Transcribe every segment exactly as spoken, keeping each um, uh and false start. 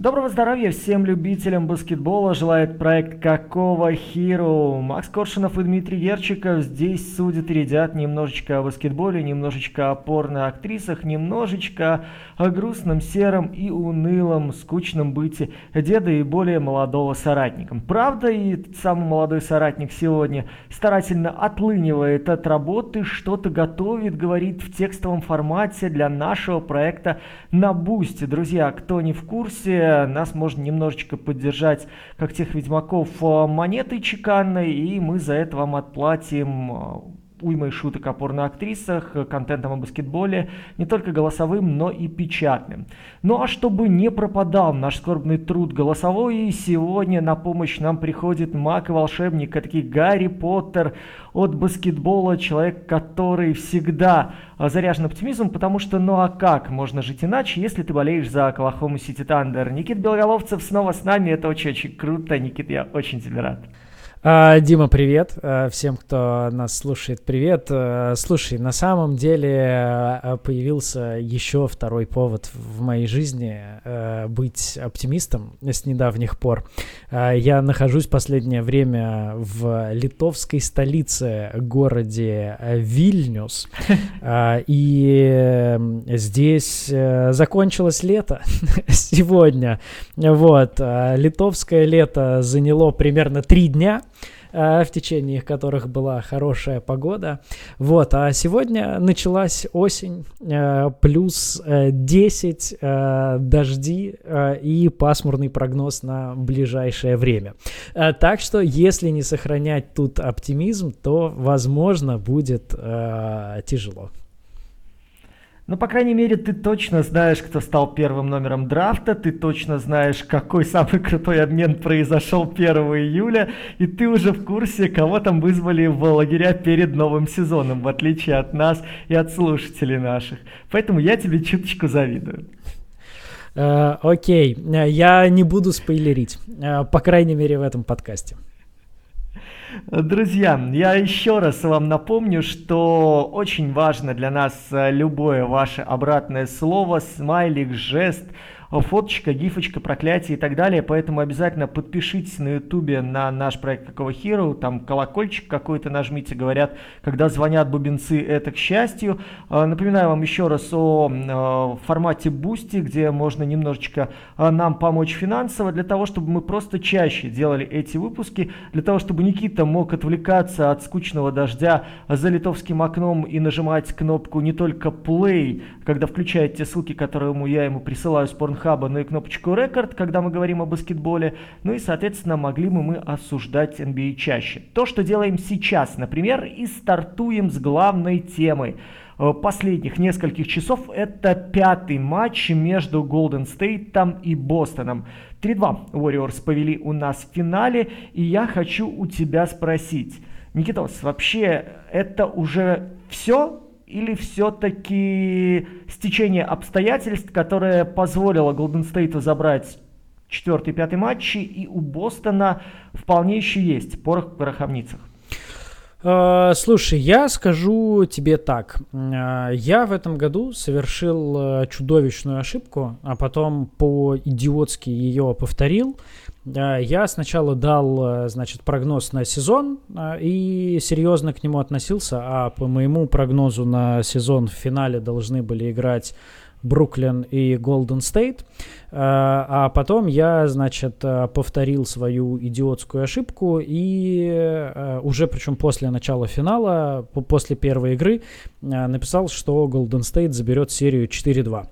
Доброго здоровья всем любителям баскетбола желает проект «Какого Hero». Макс Коршунов и Дмитрий Герчиков здесь судят и рядят немножечко о баскетболе, немножечко о порно-актрисах, немножечко о грустном, сером и унылом, скучном быте деда и более молодого соратника. Правда, и самый молодой соратник сегодня старательно отлынивает от работы, что-то готовит, говорит в текстовом формате для нашего проекта на Бусти. Друзья, кто не в курсе, нас можно немножечко поддержать, как тех ведьмаков, монетой чеканной, и мы за это вам отплатим уймой шуток о порноактрисах, контентом о баскетболе, не только голосовым, но и печатным. Ну а чтобы не пропадал наш скорбный труд голосовой, сегодня на помощь нам приходит маг и волшебник, этакий Гарри Поттер от баскетбола, человек, который всегда заряжен оптимизмом, потому что ну а как можно жить иначе, если ты болеешь за Оклахому Сити Тандер? Никит Белоголовцев снова с нами, это очень-очень круто. Никит, я очень тебе рад. Дима, привет. Всем, кто нас слушает, привет. Слушай, на самом деле появился еще второй повод в моей жизни быть оптимистом с недавних пор. Я нахожусь в последнее время в литовской столице, городе Вильнюс, и здесь закончилось лето сегодня. Вот. Литовское лето заняло примерно три дня, в течение которых была хорошая погода. Вот, а сегодня началась осень, плюс десять, дожди и пасмурный прогноз на ближайшее время. Так что, если не сохранять тут оптимизм, то, возможно, будет тяжело. Ну, по крайней мере, ты точно знаешь, кто стал первым номером драфта, ты точно знаешь, какой самый крутой обмен произошел первого июля, и ты уже в курсе, кого там вызвали в лагеря перед новым сезоном, в отличие от нас и от слушателей наших. Поэтому я тебе чуточку завидую. Uh, окей, я не буду спойлерить, uh, по крайней мере, в этом подкасте. Друзья, я еще раз вам напомню, что очень важно для нас любое ваше обратное слово, смайлик, жест, фоточка, гифочка, проклятие и так далее, поэтому обязательно подпишитесь на ютубе на наш проект «Какого Hero», там колокольчик какой-то нажмите, говорят, когда звонят бубенцы, это к счастью. Напоминаю вам еще раз о формате Boosty, где можно немножечко нам помочь финансово, для того, чтобы мы просто чаще делали эти выпуски, для того, чтобы Никита мог отвлекаться от скучного дождя за литовским окном и нажимать кнопку не только play, когда включает те ссылки, которые я ему присылаю с Pornhub, ну и кнопочку Record, когда мы говорим о баскетболе, ну и, соответственно, могли бы мы осуждать эн би эй чаще. То, что делаем сейчас, например, и стартуем с главной темы последних нескольких часов, это пятый матч между Golden State и Бостоном. три-два Warriors повели у нас в финале, и я хочу у тебя спросить, Никитос, вообще это уже все? Или все-таки стечение обстоятельств, которое позволило Golden State забрать четвертый и пятый матчи, и у Бостона вполне еще есть порох в пороховницах? Слушай, я скажу тебе так. Я в этом году совершил чудовищную ошибку, а потом по-идиотски ее повторил. Я сначала дал, значит, прогноз на сезон и серьезно к нему относился, а по моему прогнозу на сезон в финале должны были играть Бруклин и Голден Стейт. А потом я, значит, повторил свою идиотскую ошибку и уже, причем после начала финала, после первой игры, написал, что Golden State заберет серию четыре-два.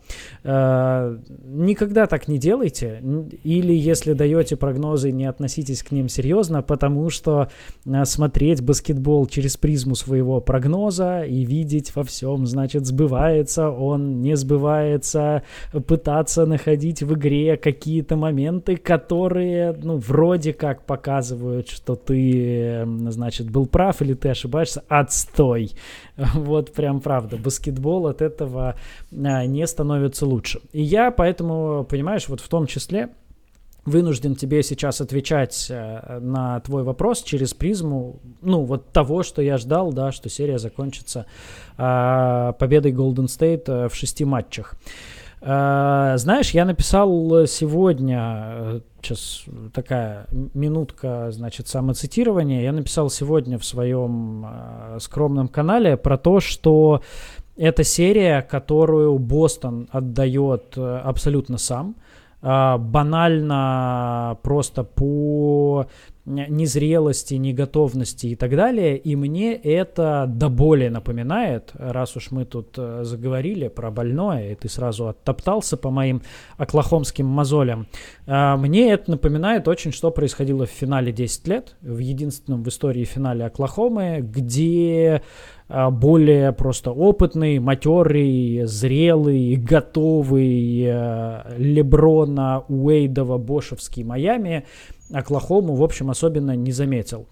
Никогда так не делайте, или если даете прогнозы, не относитесь к ним серьезно, потому что смотреть баскетбол через призму своего прогноза и видеть во всем, значит, сбывается он, не сбывается, пытаться находить в игре какие-то моменты, которые, ну, вроде как показывают, что ты, значит, был прав или ты ошибаешься, отстой. Вот прям правда. Баскетбол от этого не становится лучше. И я поэтому, понимаешь, вот в том числе вынужден тебе сейчас отвечать на твой вопрос через призму, ну, вот того, что я ждал, да, что серия закончится победой Golden State в шести матчах. А, знаешь, я написал сегодня, сейчас такая минутка, значит, самоцитирования, я написал сегодня в своем а, скромном канале про то, что это серия, которую Бостон отдает абсолютно сам, а, банально просто по незрелости, неготовности и так далее, и мне это до боли напоминает, раз уж мы тут э, заговорили про больное, и ты сразу оттоптался по моим оклахомским мозолям, э, мне это напоминает очень, что происходило в финале десять лет, в единственном в истории финале Оклахомы, где э, более просто опытный, матерый, зрелый, готовый э, Леброна, Уэйдова, Бошевский Майами Оклахому, в общем, особенно не заметил.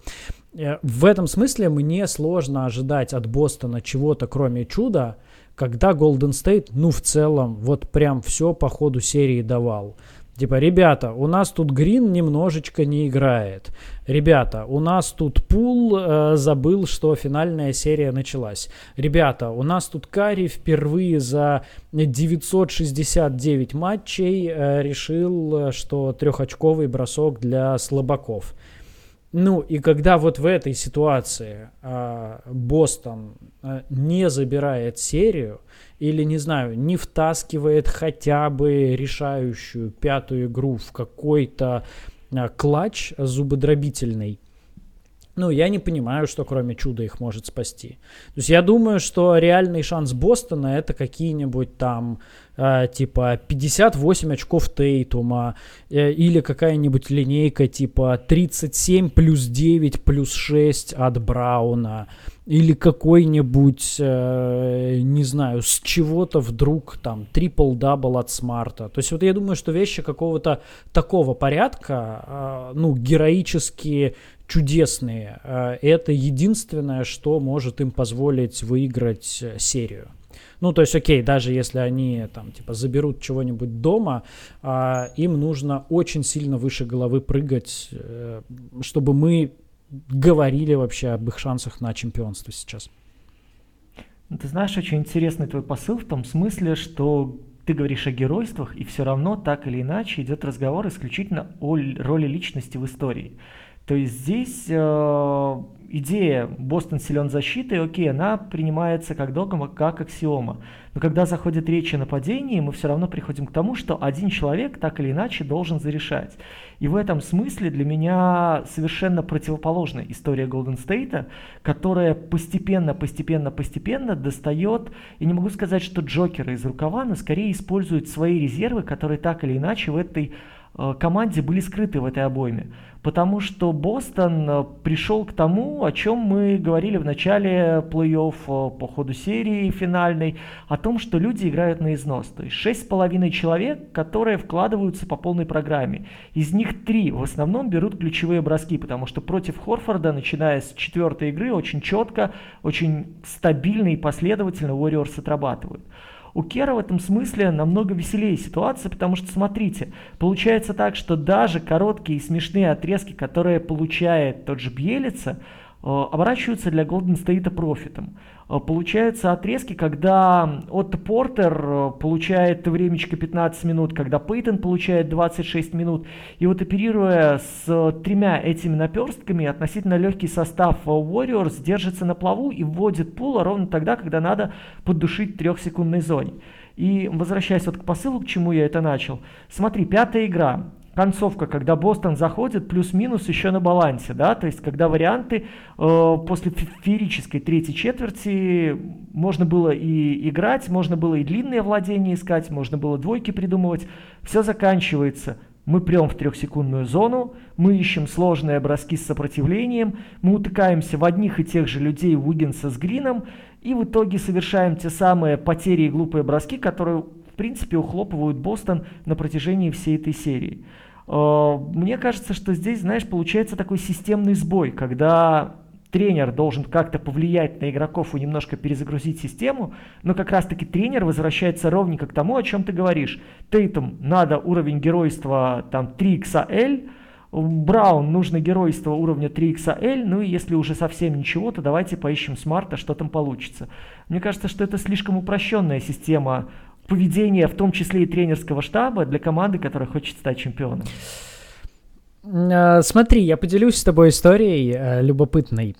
В этом смысле мне сложно ожидать от Бостона чего-то, кроме чуда, когда Golden State, ну, в целом, вот прям все по ходу серии давал. Типа, ребята, у нас тут Грин немножечко не играет. Ребята, у нас тут Пул э, забыл, что финальная серия началась. Ребята, у нас тут Карри впервые за девятьсот шестьдесят девять матчей э, решил, что трехочковый бросок для слабаков. Ну, и когда вот в этой ситуации э, Бостон э, не забирает серию, или, не знаю, не втаскивает хотя бы решающую пятую игру в какой-то а, клатч зубодробительный, ну, я не понимаю, что кроме чуда их может спасти. То есть я думаю, что реальный шанс Бостона это какие-нибудь там э, типа пятьдесят восемь очков Тейтума э, или какая-нибудь линейка типа тридцать семь плюс девять плюс шесть от Брауна. Или какой-нибудь, э, не знаю, с чего-то вдруг там трипл-дабл от Смарта. То есть вот я думаю, что вещи какого-то такого порядка, э, ну, героически чудесные, э, это единственное, что может им позволить выиграть серию. Ну, то есть, окей, даже если они там типа заберут чего-нибудь дома, э, им нужно очень сильно выше головы прыгать, э, чтобы мы говорили вообще об их шансах на чемпионство сейчас. Ты знаешь, очень интересный твой посыл в том смысле, что ты говоришь о геройствах, и все равно так или иначе идет разговор исключительно о роли личности в истории. То есть здесь э, идея «Бостон силен защитой», окей, она принимается как догма, как аксиома. Но когда заходит речь о нападении, мы все равно приходим к тому, что один человек так или иначе должен зарешать. И в этом смысле для меня совершенно противоположная история Голден Стейта, которая постепенно, постепенно, постепенно достает, я не могу сказать, что джокеры из рукава, но скорее используют свои резервы, которые так или иначе в этой команде были скрыты в этой обойме. Потому что Бостон пришел к тому, о чем мы говорили в начале плей-офф по ходу серии финальной, о том, что люди играют на износ. То есть шесть с половиной человек, которые вкладываются по полной программе. Из них три в основном берут ключевые броски, потому что против Хорфорда, начиная с четвертой игры, очень четко, очень стабильно и последовательно Warriors отрабатывают. У Кера в этом смысле намного веселее ситуация, потому что, смотрите, получается так, что даже короткие и смешные отрезки, которые получает тот же Бьелица, оборачиваются для Голден Стейта профитом. Получаются отрезки, когда Отто Портер получает времечко пятнадцать минут, когда Пейтон получает двадцать шесть минут. И вот оперируя с тремя этими наперстками, относительно легкий состав Warriors держится на плаву и вводит Пула ровно тогда, когда надо поддушить в трехсекундной зоне. И возвращаясь вот к посылу, к чему я это начал. Смотри, пятая игра. Концовка, когда Бостон заходит, плюс-минус еще на балансе, да, то есть когда варианты э, после феерической третьей четверти можно было и играть, можно было и длинные владения искать, можно было двойки придумывать, все заканчивается. Мы прем в трехсекундную зону, мы ищем сложные броски с сопротивлением, мы утыкаемся в одних и тех же людей Уиггинса с Грином и в итоге совершаем те самые потери и глупые броски, которые в принципе ухлопывают Бостон на протяжении всей этой серии. Мне кажется, что здесь, знаешь, получается такой системный сбой, когда тренер должен как-то повлиять на игроков и немножко перезагрузить систему, но как раз-таки тренер возвращается ровненько к тому, о чем ты говоришь. Тейтум надо уровень геройства там три икс эл, Браун нужно геройство уровня три икс эл, ну и если уже совсем ничего, то давайте поищем Смарта, что там получится. Мне кажется, что это слишком упрощенная система поведение, в том числе и тренерского штаба, для команды, которая хочет стать чемпионом? Смотри, я поделюсь с тобой историей э, любопытной.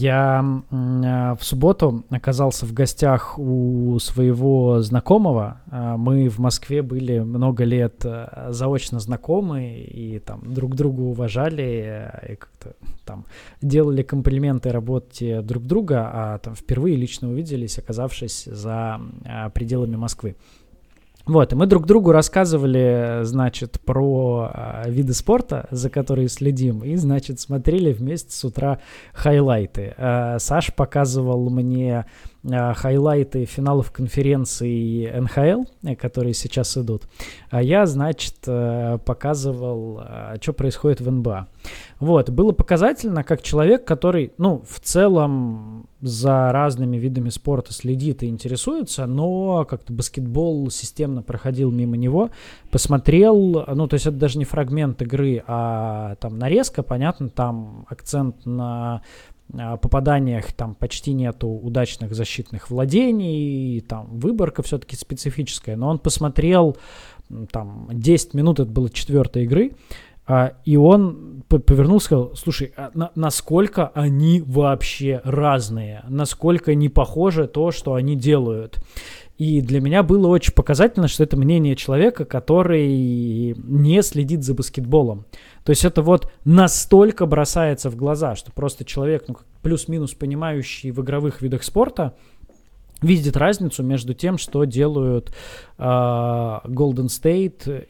Я э, в субботу оказался в гостях у своего знакомого. Э, мы в Москве были много лет э, заочно знакомы и там друг друга уважали э, и как-то там делали комплименты работе друг друга, а там впервые лично увиделись, оказавшись за э, пределами Москвы. Вот, и мы друг другу рассказывали, значит, про э, виды спорта, за которые следим, и, значит, смотрели вместе с утра хайлайты. Э, Саш показывал мне э, хайлайты финалов конференции эн ха эл, э, которые сейчас идут, а я, значит, э, показывал, э, что происходит в эн бэ а. Вот, было показательно, как человек, который, ну, в целом за разными видами спорта следит и интересуется, но как-то баскетбол системно проходил мимо него, посмотрел, ну, то есть это даже не фрагмент игры, а там нарезка, понятно, там акцент на попаданиях, там почти нету удачных защитных владений, там выборка все-таки специфическая, но он посмотрел, там, десять минут, это было четвертой игры, Uh, и он повернулся и сказал: слушай, а на- насколько они вообще разные, насколько не похоже то, что они делают. И для меня было очень показательно, что это мнение человека, который не следит за баскетболом. То есть это вот настолько бросается в глаза, что просто человек, ну, плюс-минус понимающий в игровых видах спорта, видит разницу между тем, что делают э, Golden State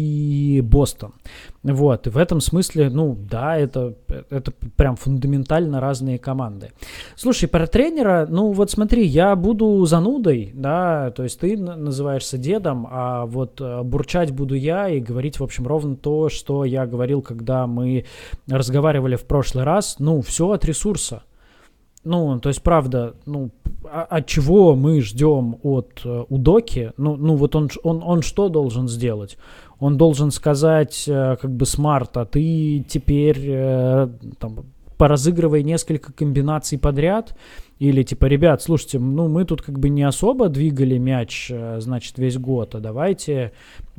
и Бостон. Вот, и в этом смысле, ну, да, это, это прям фундаментально разные команды. Слушай, про тренера, ну, вот смотри, я буду занудой, да, то есть ты называешься дедом, а вот бурчать буду я и говорить, в общем, ровно то, что я говорил, когда мы разговаривали в прошлый раз, ну, все от ресурса. Ну, то есть, правда, ну, от чего мы ждем от uh, Удоки? Ну, ну вот он, он, он что должен сделать? Он должен сказать, uh, как бы, Смарт, а ты теперь uh, там, поразыгрывай несколько комбинаций подряд? Или типа, ребят, слушайте, ну, мы тут как бы не особо двигали мяч, uh, значит, весь год, а давайте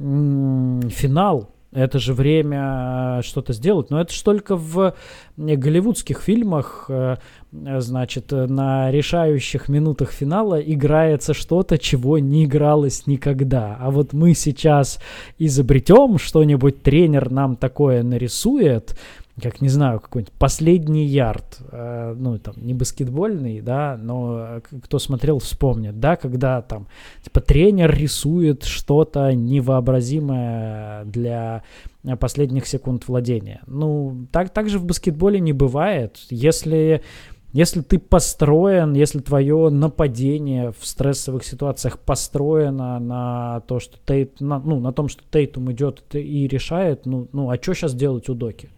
м- финал. Это же время что-то сделать. Но это же только в голливудских фильмах, значит, на решающих минутах финала играется что-то, чего не игралось никогда. А вот мы сейчас изобретем что-нибудь, тренер нам такое нарисует, как, не знаю, какой-нибудь последний ярд, э, ну, там, не баскетбольный, да, но кто смотрел, вспомнит, да, когда там, типа, тренер рисует что-то невообразимое для последних секунд владения. Ну, так, так же в баскетболе не бывает. Если, если ты построен, если твое нападение в стрессовых ситуациях построено на то, что Тейт, на, ну, на том, что Тейтум идет и решает, ну, ну а что сейчас делать у Доки?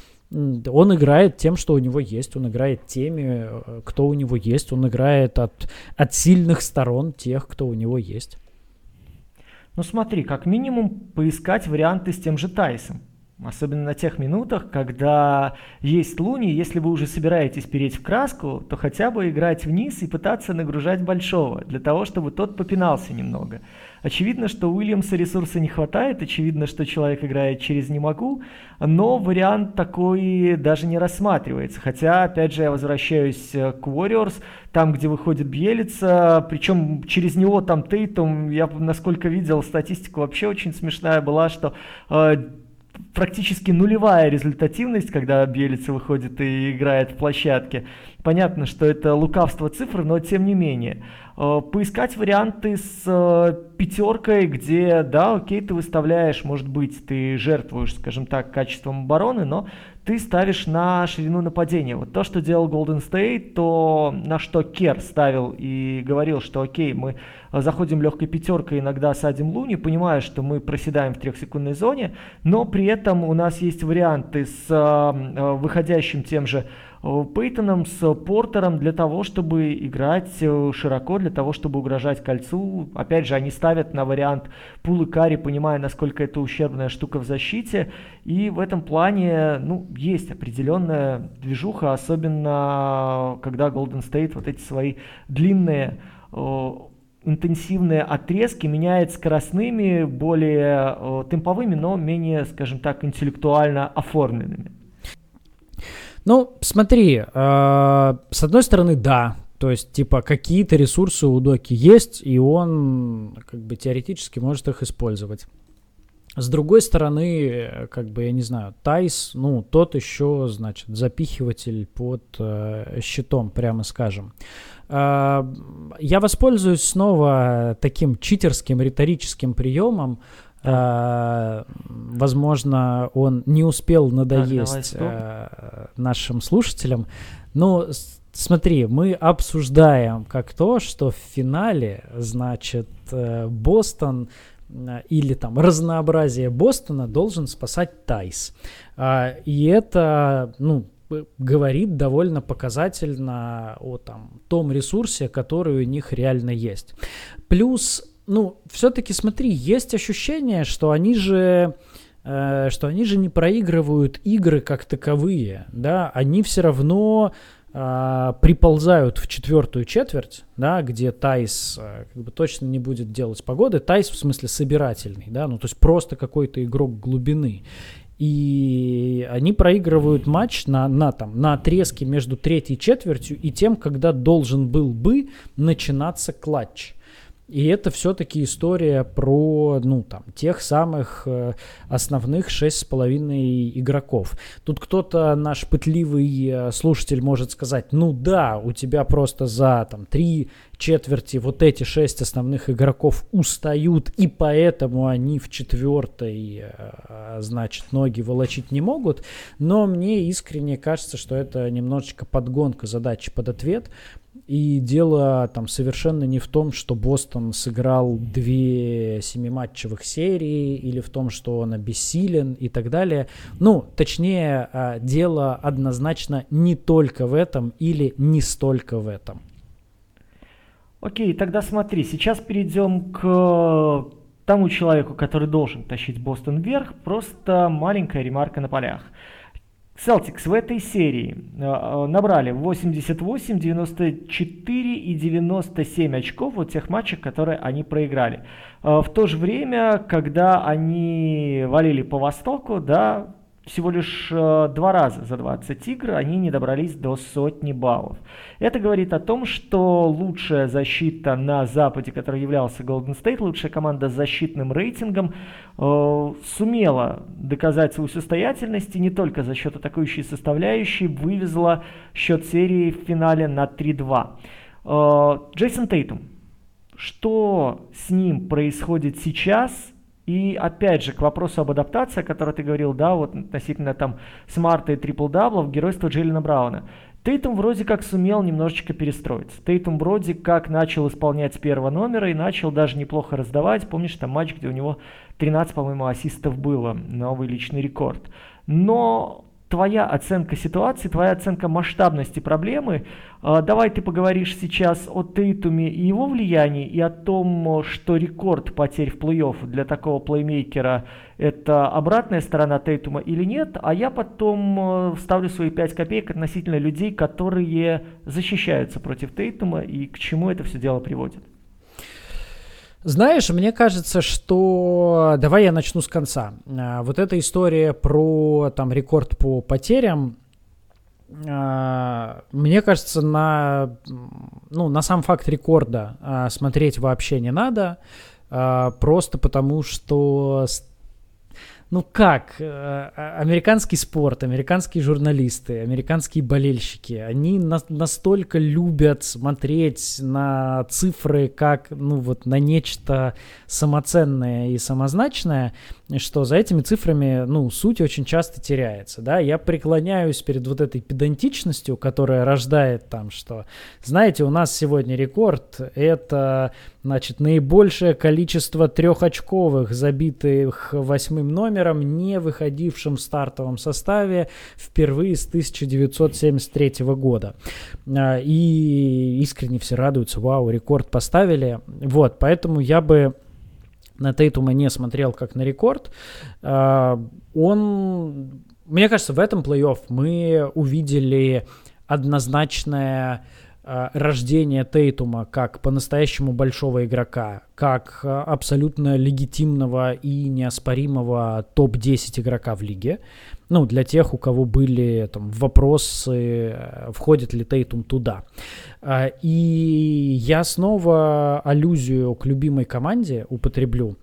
Он играет тем, что у него есть, он играет теми, кто у него есть, он играет от, от сильных сторон тех, кто у него есть. Ну смотри, как минимум поискать варианты с тем же Тайсом. Особенно на тех минутах, когда есть Луни, если вы уже собираетесь переть в краску, то хотя бы играть вниз и пытаться нагружать большого, для того, чтобы тот попинался немного. Очевидно, что у Уильямса ресурса не хватает, очевидно, что человек играет через «не могу», но вариант такой даже не рассматривается. Хотя, опять же, я возвращаюсь к Warriors, там, где выходит Бьелица, причем через него там Тейтум, я насколько видел, статистика вообще очень смешная была, что э, практически нулевая результативность, когда Бьелица выходит и играет в площадке. Понятно, что это лукавство цифр, но тем не менее. Поискать варианты с пятеркой, где, да, окей, ты выставляешь, может быть, ты жертвуешь, скажем так, качеством обороны, но ты ставишь на ширину нападения. Вот то, что делал Golden State, то на что Кер ставил и говорил, что окей, мы заходим легкой пятеркой, иногда садим Луни, понимая, что мы проседаем в трехсекундной зоне, но при этом у нас есть варианты с э, выходящим тем же Пейтоном, с Портером для того, чтобы играть широко, для того, чтобы угрожать кольцу. Опять же, они ставят на вариант Пул и Карри, понимая, насколько это ущербная штука в защите. И в этом плане, ну, есть определенная движуха, особенно когда Golden State вот эти свои длинные интенсивные отрезки меняет скоростными, более э, темповыми, но менее, скажем так, интеллектуально оформленными. Ну, смотри, э, с одной стороны, да, то есть, типа, какие-то ресурсы у Доки есть, и он, как бы, теоретически может их использовать. С другой стороны, как бы, я не знаю, Тайс, ну, тот еще, значит, запихиватель под э, щитом, прямо скажем. Э, я воспользуюсь снова таким читерским риторическим приемом. Uh, возможно, он не успел надоесть uh, нашим слушателям. Но смотри, мы обсуждаем как то, что в финале, значит, Бостон uh, или там разнообразие Бостона должен спасать Тайс. Uh, и это, ну, говорит довольно показательно о там, том ресурсе, который у них реально есть. Плюс, ну, все-таки, смотри, есть ощущение, что они же, э, что они же не проигрывают игры как таковые, да, они все равно э, приползают в четвертую четверть, да, где Тайс э, как бы точно не будет делать погоды, Тайс в смысле собирательный, да, ну, то есть просто какой-то игрок глубины. И они проигрывают матч на, на, там, на отрезке между третьей четвертью и тем, когда должен был бы начинаться клатч. И это все-таки история про, ну, там, тех самых э, основных шесть с половиной игроков. Тут кто-то, наш пытливый э, слушатель, может сказать, ну да, у тебя просто за там, три четверти вот эти шесть основных игроков устают, и поэтому они в четвертой, э, значит, ноги волочить не могут. Но мне искренне кажется, что это немножечко подгонка задачи под ответ. И дело там совершенно не в том, что Бостон сыграл две семиматчевых серии, или в том, что он обессилен и так далее. Ну, точнее, дело однозначно не только в этом или не столько в этом. Окей, тогда смотри, сейчас перейдем к тому человеку, который должен тащить Бостон вверх. Просто маленькая ремарка на полях. Celtics в этой серии э, набрали восемьдесят восемь, девяносто четыре и девяносто семь очков в тех матчах, которые они проиграли. Э, в то же время, когда они валили по Востоку, да, всего лишь э, два раза за двадцать игр они не добрались до сотни баллов. Это говорит о том, что лучшая защита на Западе, которой являлся Golden State, лучшая команда с защитным рейтингом, э, сумела доказать свою состоятельность и не только за счет атакующей составляющей вывезла счет серии в финале на три-два. Э, Джейсон Тейтум. Что с ним происходит сейчас? И опять же, к вопросу об адаптации, о которой ты говорил, да, вот относительно там смарта и трипл-даблов, геройства Джейлена Брауна. Тейтум вроде как сумел немножечко перестроиться. Тейтум вроде как начал исполнять с первого номера и начал даже неплохо раздавать. Помнишь, там матч, где у него тринадцать, по-моему, ассистов было, новый личный рекорд. Но твоя оценка ситуации, твоя оценка масштабности проблемы. Давай ты поговоришь сейчас о Тейтуме и его влиянии, и о том, что рекорд потерь в плей-офф для такого плеймейкера – это обратная сторона Тейтума или нет, а я потом вставлю свои пять копеек относительно людей, которые защищаются против Тейтума, и к чему это все дело приводит. Знаешь, мне кажется, что... Давай я начну с конца. Вот эта история про там рекорд по потерям, мне кажется, на, ну, на сам факт рекорда смотреть вообще не надо, просто потому что... Ну как, американский спорт, американские журналисты, американские болельщики, они на, настолько любят смотреть на цифры как, ну вот, на нечто самоценное и самозначное, что за этими цифрами, ну, суть очень часто теряется, да. Я преклоняюсь перед вот этой педантичностью, которая рождает там, что, знаете, у нас сегодня рекорд, это, значит, наибольшее количество трехочковых, забитых восьмым номером, не выходившим в стартовом составе впервые с тысяча девятьсот семьдесят третьего года. И искренне все радуются, вау, рекорд поставили. Вот, поэтому я бы на Тейтума не смотрел как на рекорд. Он, мне кажется, в этом плей-офф мы увидели однозначное рождение Тейтума как по-настоящему большого игрока, как абсолютно легитимного и неоспоримого топ десять игрока в лиге. Ну, для тех, у кого были там вопросы, входит ли Тейтум туда. И я снова аллюзию к любимой команде употреблю.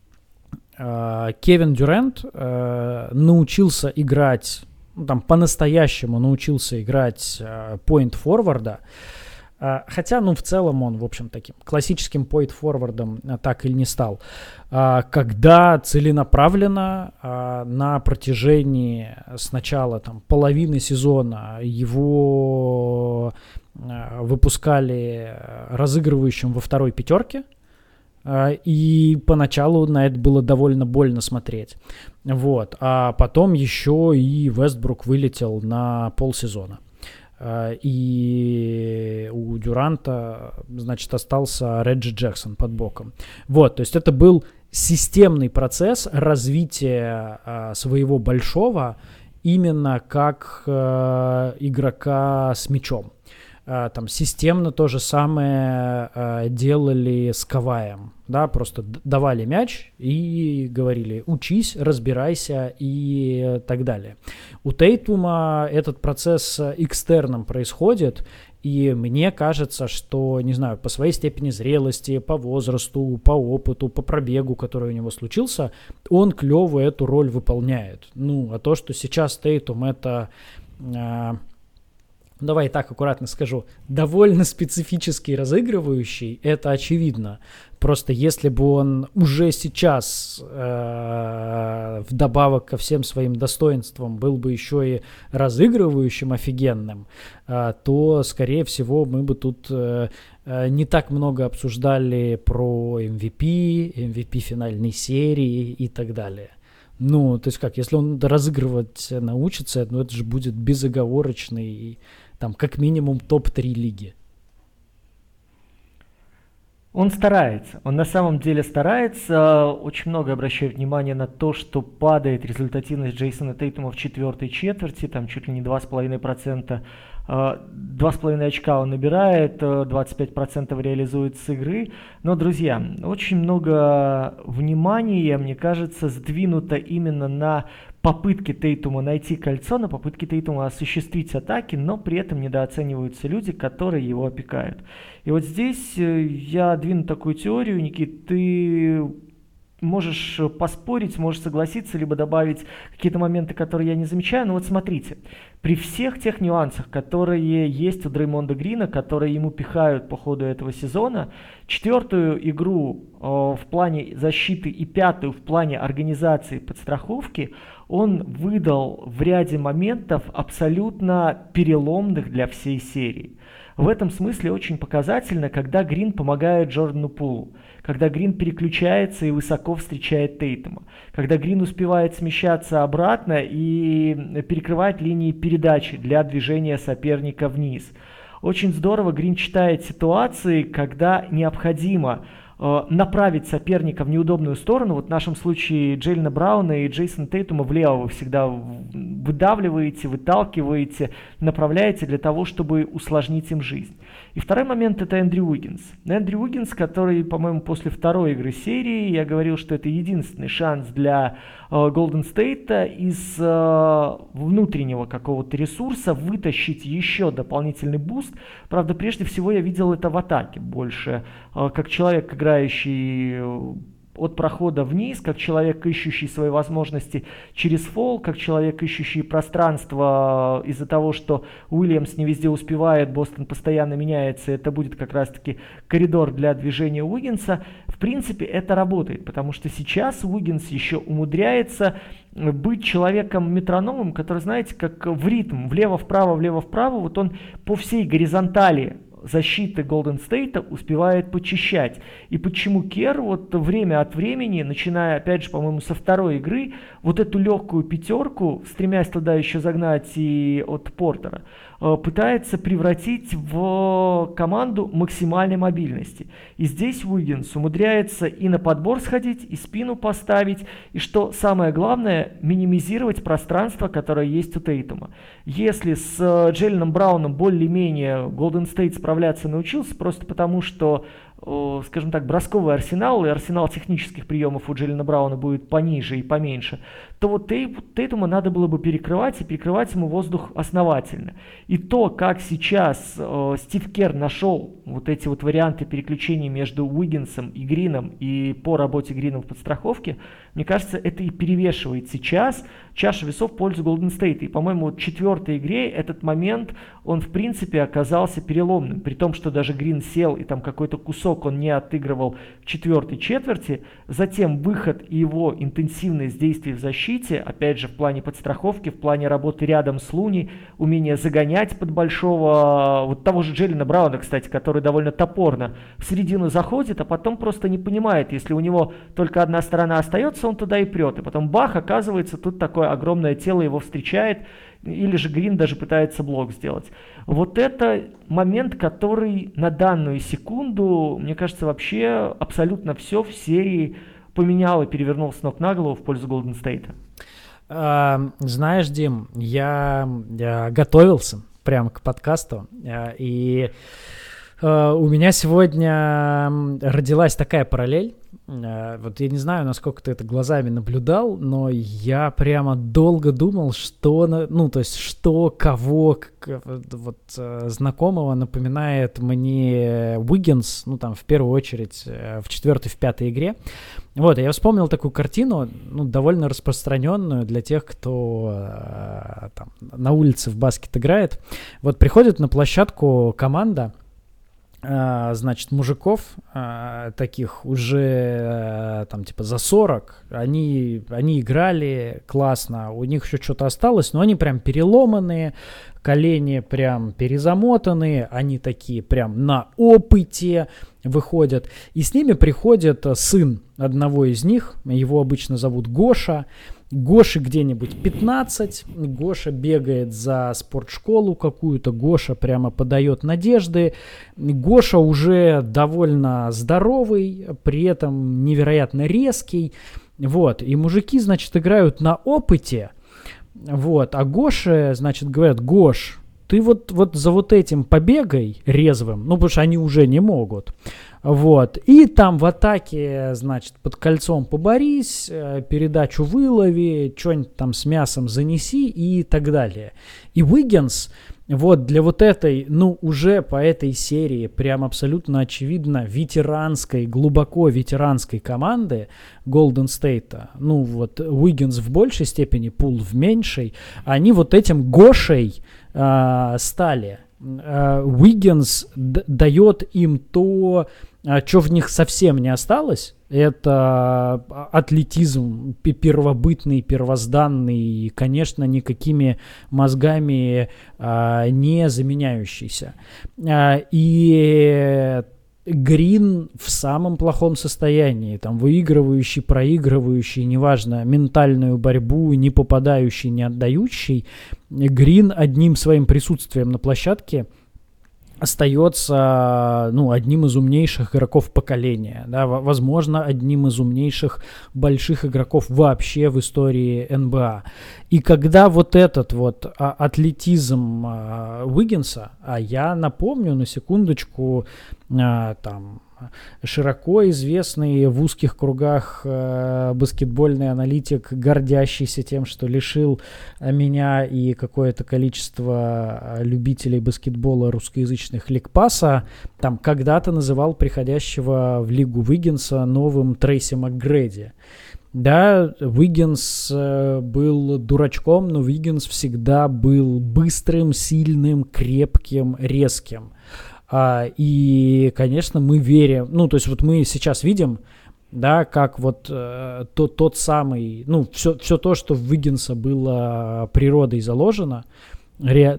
Кевин Дюрант научился играть, ну, там по-настоящему научился играть point-форварда, хотя, ну, в целом он, в общем, таким классическим point-форвардом так и не стал, когда целенаправленно на протяжении сначала там половины сезона его выпускали разыгрывающим во второй пятерке, и поначалу на это было довольно больно смотреть. Вот. А потом еще и Вестбрук вылетел на полсезона. И у Дюранта, значит, остался Реджи Джексон под боком. Вот, то есть это был системный процесс развития а, своего большого именно как а, игрока с мячом. А, там системно то же самое а, делали с Каваем, да, просто давали мяч и говорили: учись, разбирайся и так далее. У Тейтума этот процесс экстерном происходит, и мне кажется, что, не знаю, по своей степени зрелости, по возрасту, по опыту, по пробегу, который у него случился, он клево эту роль выполняет. Ну, а то, что сейчас Тейтум это... А, давай так аккуратно скажу, довольно специфический разыгрывающий, это очевидно. Просто если бы он уже сейчас э, вдобавок ко всем своим достоинствам был бы еще и разыгрывающим офигенным, э, то, скорее всего, мы бы тут э, не так много обсуждали про эм ви пи, эм ви пи финальной серии и так далее. Ну, то есть как, если он разыгрывать научится, ну это же будет безоговорочный, там, как минимум топ три лиги. Он старается, он на самом деле старается, очень много обращает внимание на то, что падает результативность Джейсона Тейтума в четвертой четверти, там чуть ли не два с половиной процента, два с половиной очка он набирает, двадцать пять процентов реализует с игры. Но, друзья, очень много внимания, мне кажется, сдвинуто именно на попытки Тейтума найти кольцо, на попытки Тейтума осуществить атаки, но при этом недооцениваются люди, которые его опекают. И вот здесь я двину такую теорию, Никит, ты можешь поспорить, можешь согласиться, либо добавить какие-то моменты, которые я не замечаю. Но вот смотрите, при всех тех нюансах, которые есть у Дреймонда Грина, которые ему пихают по ходу этого сезона, четвертую игру э, в плане защиты и пятую в плане организации подстраховки он выдал в ряде моментов абсолютно переломных для всей серии. В этом смысле очень показательно, когда Грин помогает Джордану Пулу, когда Грин переключается и высоко встречает Тейтума, когда Грин успевает смещаться обратно и перекрывать линии передачи для движения соперника вниз. Очень здорово Грин читает ситуации, когда необходимо э, направить соперника в неудобную сторону. Вот в нашем случае Джейлена Брауна и Джейсона Тейтума влево вы всегда выдавливаете, выталкиваете, направляете для того, чтобы усложнить им жизнь. И второй момент — это Эндрю Уиггинс. Эндрю Уиггинс, который, по-моему, после второй игры серии, я говорил, что это единственный шанс для Голден Стейта из э, внутреннего какого-то ресурса вытащить еще дополнительный буст. Правда, прежде всего я видел это в атаке больше, э, как человек, играющий от прохода вниз, как человек, ищущий свои возможности через фол, как человек, ищущий пространство из-за того, что Уильямс не везде успевает, Бостон постоянно меняется, это будет как раз-таки коридор для движения Уиггинса. В принципе, это работает, потому что сейчас Уиггинс еще умудряется быть человеком-метрономом, который, знаете, как в ритм, влево-вправо, влево-вправо, вот он по всей горизонтали защиты Голден Стейта успевает почищать. И почему Кер вот время от времени, начиная, опять же, по-моему, со второй игры, вот эту легкую пятерку, стремясь туда еще загнать и от Портера, пытается превратить в команду максимальной мобильности. И здесь Уиггинс умудряется и на подбор сходить, и спину поставить, и, что самое главное, минимизировать пространство, которое есть у Тейтума. Если с Джейленом Брауном более-менее Голден Стейт справляется справляться научился, просто потому что, скажем так, бросковый арсенал и арсенал технических приемов у Джейлена Брауна будет пониже и поменьше, то вот Тейтума надо было бы перекрывать, и перекрывать ему воздух основательно. И то, как сейчас э, Стив Керр нашел вот эти вот варианты переключений между Уиггинсом и Грином и по работе Грина в подстраховке, мне кажется, это и перевешивает сейчас чаша весов в пользу Golden State. И, по-моему, вот в четвертой игре этот момент, он в принципе оказался переломным. При том, что даже Грин сел и там какой-то кусок он не отыгрывал в четвертой четверти. Затем выход и его интенсивность действий в защите, опять же, в плане подстраховки, в плане работы рядом с Луни, умение загонять под большого, вот того же Джейлена Брауна, кстати, который довольно топорно в середину заходит, а потом просто не понимает, если у него только одна сторона остается, он туда и прет. И потом бах, оказывается, тут такое огромное тело его встречает, или же Грин даже пытается блок сделать. Вот это момент, который на данную секунду, мне кажется, вообще абсолютно все в серии поменял и перевернул с ног на голову в пользу Golden State. А, знаешь, Дим, я, я готовился прямо к подкасту, и Uh, у меня сегодня родилась такая параллель. Uh, вот я не знаю, насколько ты это глазами наблюдал, но я прямо долго думал, что, ну, то есть, что, кого, как, вот, uh, знакомого напоминает мне Уиггинс, ну, там, в первую очередь, uh, в четвертой, в пятой игре. Вот, я вспомнил такую картину, ну, довольно распространенную для тех, кто uh, там, на улице в баскет играет. Вот приходит на площадку команда, значит, мужиков таких уже там типа за сорок, они, они играли классно, у них еще что-то осталось, но они прям переломанные, колени прям перезамотанные, они такие прям на опыте выходят. И с ними приходит сын одного из них, его обычно зовут Гоша. Гоше где-нибудь пятнадцать, Гоша бегает за спортшколу какую-то, Гоша прямо подает надежды, Гоша уже довольно здоровый, при этом невероятно резкий, вот, и мужики, значит, играют на опыте, вот, а Гоше, значит, говорят: Гош, ты вот, вот за вот этим побегай резвым, ну, потому что они уже не могут. Вот, и там в атаке, значит, под кольцом поборись, передачу вылови, что-нибудь там с мясом занеси и так далее. И Уиггинс, вот для вот этой, ну, уже по этой серии прям абсолютно очевидно ветеранской, глубоко ветеранской команды Golden State, ну, вот Уиггинс в большей степени, Пул в меньшей, они вот этим Гошей э, стали. Уиггинс д- дает им то, что в них совсем не осталось. Это атлетизм первобытный, первозданный, и, конечно, никакими мозгами а, не заменяющийся. А, и Грин в самом плохом состоянии, там, выигрывающий, проигрывающий, неважно, ментальную борьбу, не попадающий, не отдающий. Грин одним своим присутствием на площадке остается, ну, одним из умнейших игроков поколения, да, возможно, одним из умнейших больших игроков вообще в истории эн бэ а. И когда вот этот вот а, атлетизм а, Уиггинса, а я напомню на секундочку, а, там, широко известный в узких кругах э, баскетбольный аналитик, гордящийся тем, что лишил меня и какое-то количество любителей баскетбола русскоязычных лигпаса, там когда-то называл приходящего в лигу Уиггинса новым Трейси МакГрейди. Да, Уиггинс э, был дурачком, но Уиггинс всегда был быстрым, сильным, крепким, резким. А, и, конечно, мы верим, ну, то есть вот мы сейчас видим, да, как вот э, тот, тот самый, ну, все, все то, что в Уиггинса было природой заложено, ре,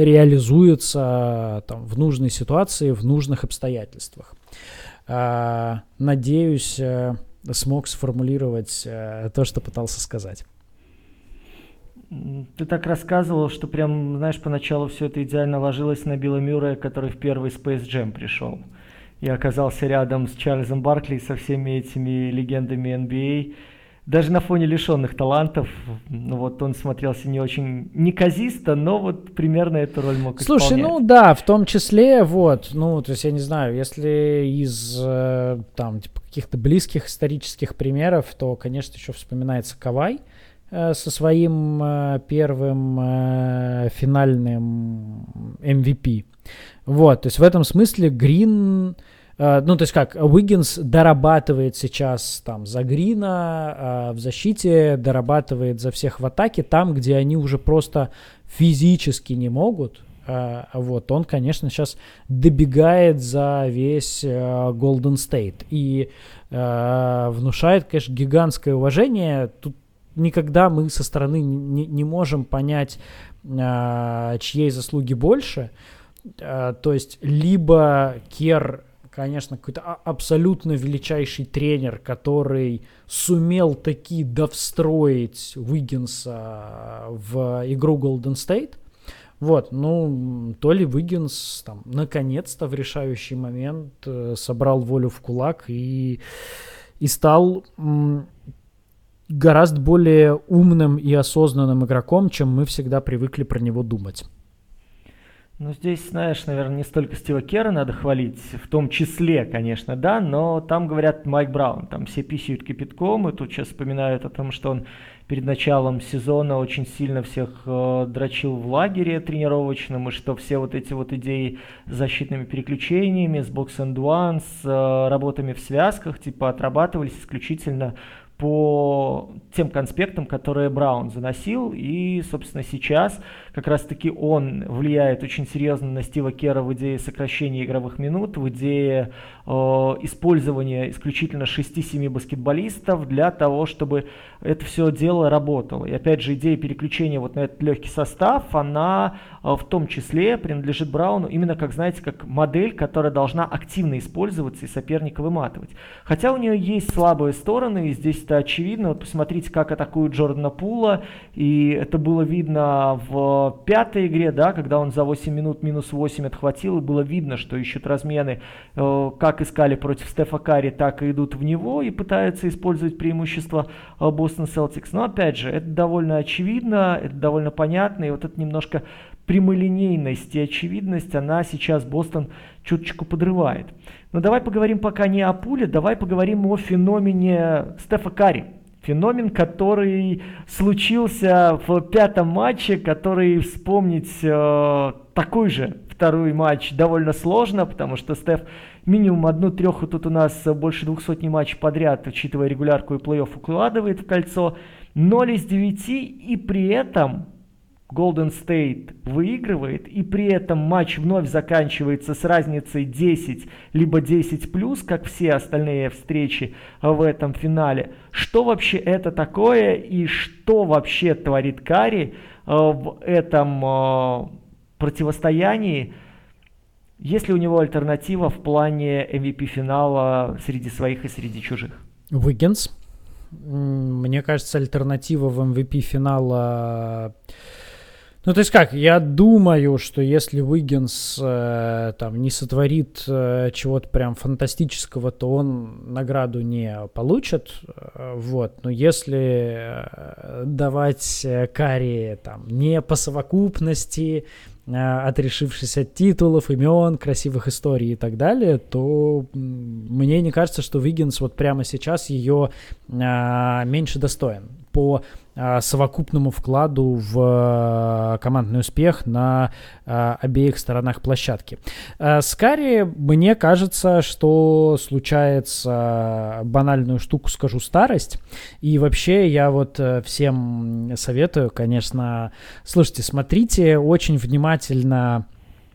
реализуется там в нужной ситуации, в нужных обстоятельствах. А, надеюсь, э, смог сформулировать э, то, что пытался сказать. Ты так рассказывал, что прям, знаешь, поначалу все это идеально ложилось на Билла Мюррея, который в первый Space Jam пришел. И оказался рядом с Чарльзом Баркли, со всеми этими легендами эн би эй. даже на фоне лишенных талантов, ну вот он смотрелся не очень неказисто, но вот примерно эту роль мог исполнять. Слушай, ну да, в том числе, вот, ну, то есть я не знаю, если из э, там типа каких-то близких исторических примеров, то, конечно, еще вспоминается Кавай э, со своим э, первым э, финальным эм ви пи. Вот, то есть в этом смысле Грин... Ну, то есть как, Уиггинс дорабатывает сейчас там за Грина, а в защите дорабатывает за всех в атаке, там, где они уже просто физически не могут. Вот, он, конечно, сейчас добегает за весь Golden State и внушает, конечно, гигантское уважение. Тут никогда мы со стороны не, не можем понять, чьей заслуги больше. То есть либо Кер... конечно, какой-то абсолютно величайший тренер, который сумел таки довстроить Уиггинса в игру Golden State. Вот, ну, то ли Уиггинс там наконец-то в решающий момент э, собрал волю в кулак и, и стал м, гораздо более умным и осознанным игроком, чем мы всегда привыкли про него думать. Ну, здесь, знаешь, наверное, не столько Стива Кера надо хвалить, в том числе, конечно, да, но там, говорят, Майк Браун, там все писают кипятком, и тут сейчас вспоминают о том, что он перед началом сезона очень сильно всех э, дрочил в лагере тренировочном, и что все вот эти вот идеи с защитными переключениями, с бокс энд one, с э, работами в связках, типа, отрабатывались исключительно по тем конспектам, которые Браун заносил, и, собственно, сейчас как раз-таки он влияет очень серьезно на Стива Кера в идее сокращения игровых минут, в идее э, использования исключительно шести-семи баскетболистов для того, чтобы это все дело работало. И опять же, идея переключения вот на этот легкий состав, она э, в том числе принадлежит Брауну именно как, знаете, как модель, которая должна активно использоваться и соперника выматывать. Хотя у нее есть слабые стороны, и здесь это очевидно. Вот посмотрите, как атакуют Джордана Пула, и это было видно в пятой игре, да, когда он за восемь минут минус восемь отхватил, и было видно, что ищут размены, э, как искали против Стефа Карри, так и идут в него и пытаются использовать преимущество Бостон Селтикс. Но опять же, это довольно очевидно, это довольно понятно, и вот это немножко прямолинейность и очевидность, она сейчас Бостон чуточку подрывает. Но давай поговорим пока не о Пуле, давай поговорим о феномене Стефа Карри. Феномен, который случился в пятом матче, который вспомнить э, такой же второй матч довольно сложно, потому что Стеф минимум одну треху тут у нас больше двух сотни матчей подряд, учитывая регулярку и плей-офф, укладывает в кольцо. ноль из девяти, и при этом Golden State выигрывает, и при этом матч вновь заканчивается с разницей десять, либо десять плюс, как все остальные встречи в этом финале. Что вообще это такое, и что вообще творит Карри в этом противостоянии? Есть ли у него альтернатива в плане эм ви пи финала среди своих и среди чужих? Уиггинс. Мне кажется, альтернатива в эм ви пи финала... Ну, то есть как, я думаю, что если Уиггинс э, там не сотворит э, чего-то прям фантастического, то он награду не получит, э, вот, но если э, давать Карри там не по совокупности, э, отрешившись от титулов, имен, красивых историй и так далее, то мне не кажется, что Уиггинс вот прямо сейчас ее э, меньше достоин по совокупному вкладу в командный успех на обеих сторонах площадки. С Карри, мне кажется, что случается, банальную штуку скажу, старость. И вообще я вот всем советую, конечно, слушайте, смотрите очень внимательно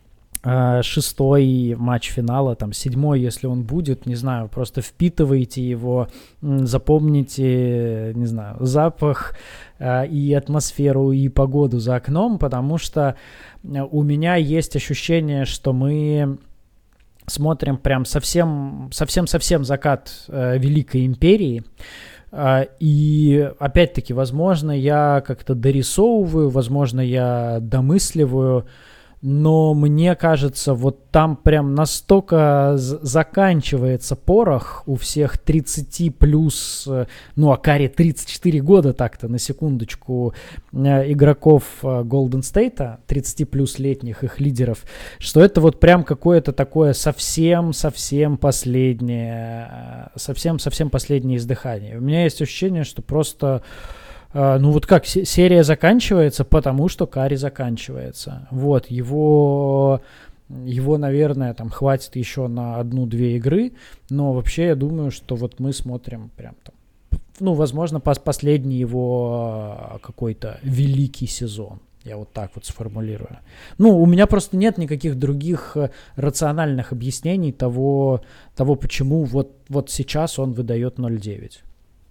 шестой матч финала, там седьмой, если он будет, не знаю, просто впитывайте его, запомните, не знаю, запах э, и атмосферу, и погоду за окном, потому что у меня есть ощущение, что мы смотрим прям совсем, совсем-совсем закат э, Великой Империи. Uh, и опять-таки, возможно, я как-то дорисовываю, возможно, я домысливаю, но мне кажется, вот там прям настолько заканчивается порох у всех тридцать плюс, ну, а Карри тридцать четыре года так-то, на секундочку, игроков Golden State, тридцать плюс летних их лидеров, что это вот прям какое-то такое совсем-совсем последнее, совсем-совсем последнее издыхание. У меня есть ощущение, что просто... Ну вот как, серия заканчивается, потому что Карри заканчивается. Вот, его, его, наверное, там хватит еще на одну-две игры, но вообще я думаю, что вот мы смотрим прям там, ну, возможно, пос- последний его какой-то великий сезон. Я вот так вот сформулирую. Ну, у меня просто нет никаких других рациональных объяснений того, того почему вот, вот сейчас он выдает ноль девять.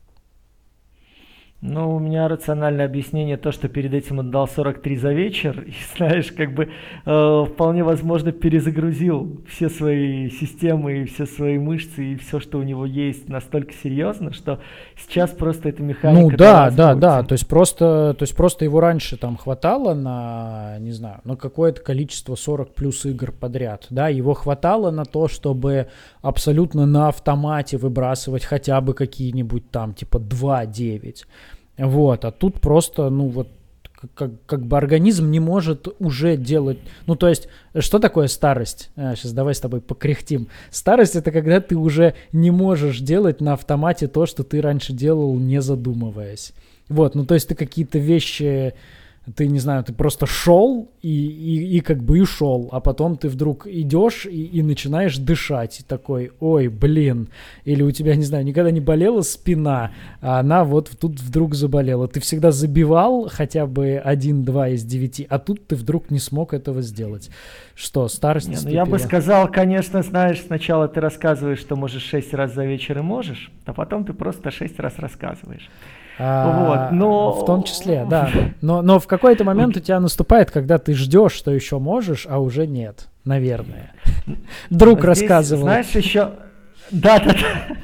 Ну, у меня рациональное объяснение то, что перед этим он дал сорок три за вечер, и, знаешь, как бы э, вполне возможно перезагрузил все свои системы и все свои мышцы и все, что у него есть, настолько серьезно, что сейчас просто эта механика... Ну да, да, да, то есть просто, то есть просто его раньше там хватало на, не знаю, на какое-то количество сорок плюс игр подряд, да, его хватало на то, чтобы абсолютно на автомате выбрасывать хотя бы какие-нибудь там типа два девять. Вот, а тут просто, ну вот, как, как бы организм не может уже делать, ну то есть, что такое старость? А, сейчас давай с тобой покряхтим. Старость — это когда ты уже не можешь делать на автомате то, что ты раньше делал, не задумываясь. Вот, ну то есть ты какие-то вещи... Ты, не знаю, ты просто шел и, и, и как бы и шел, а потом ты вдруг идешь и, и начинаешь дышать. И такой, ой, блин. Или у тебя, не знаю, никогда не болела спина, а она вот тут вдруг заболела. Ты всегда забивал хотя бы один-два из девяти, а тут ты вдруг не смог этого сделать. Что, старость не, наступила? Ну, я бы сказал, конечно, знаешь, сначала ты рассказываешь, что можешь шесть раз за вечер и можешь, а потом ты просто шесть раз рассказываешь. А, вот, но... В том числе, да. Но, но в какой-то момент у тебя наступает, когда ты ждешь, что еще можешь, а уже нет. Наверное. Друг Здесь, рассказывал. Знаешь, еще... Да, да,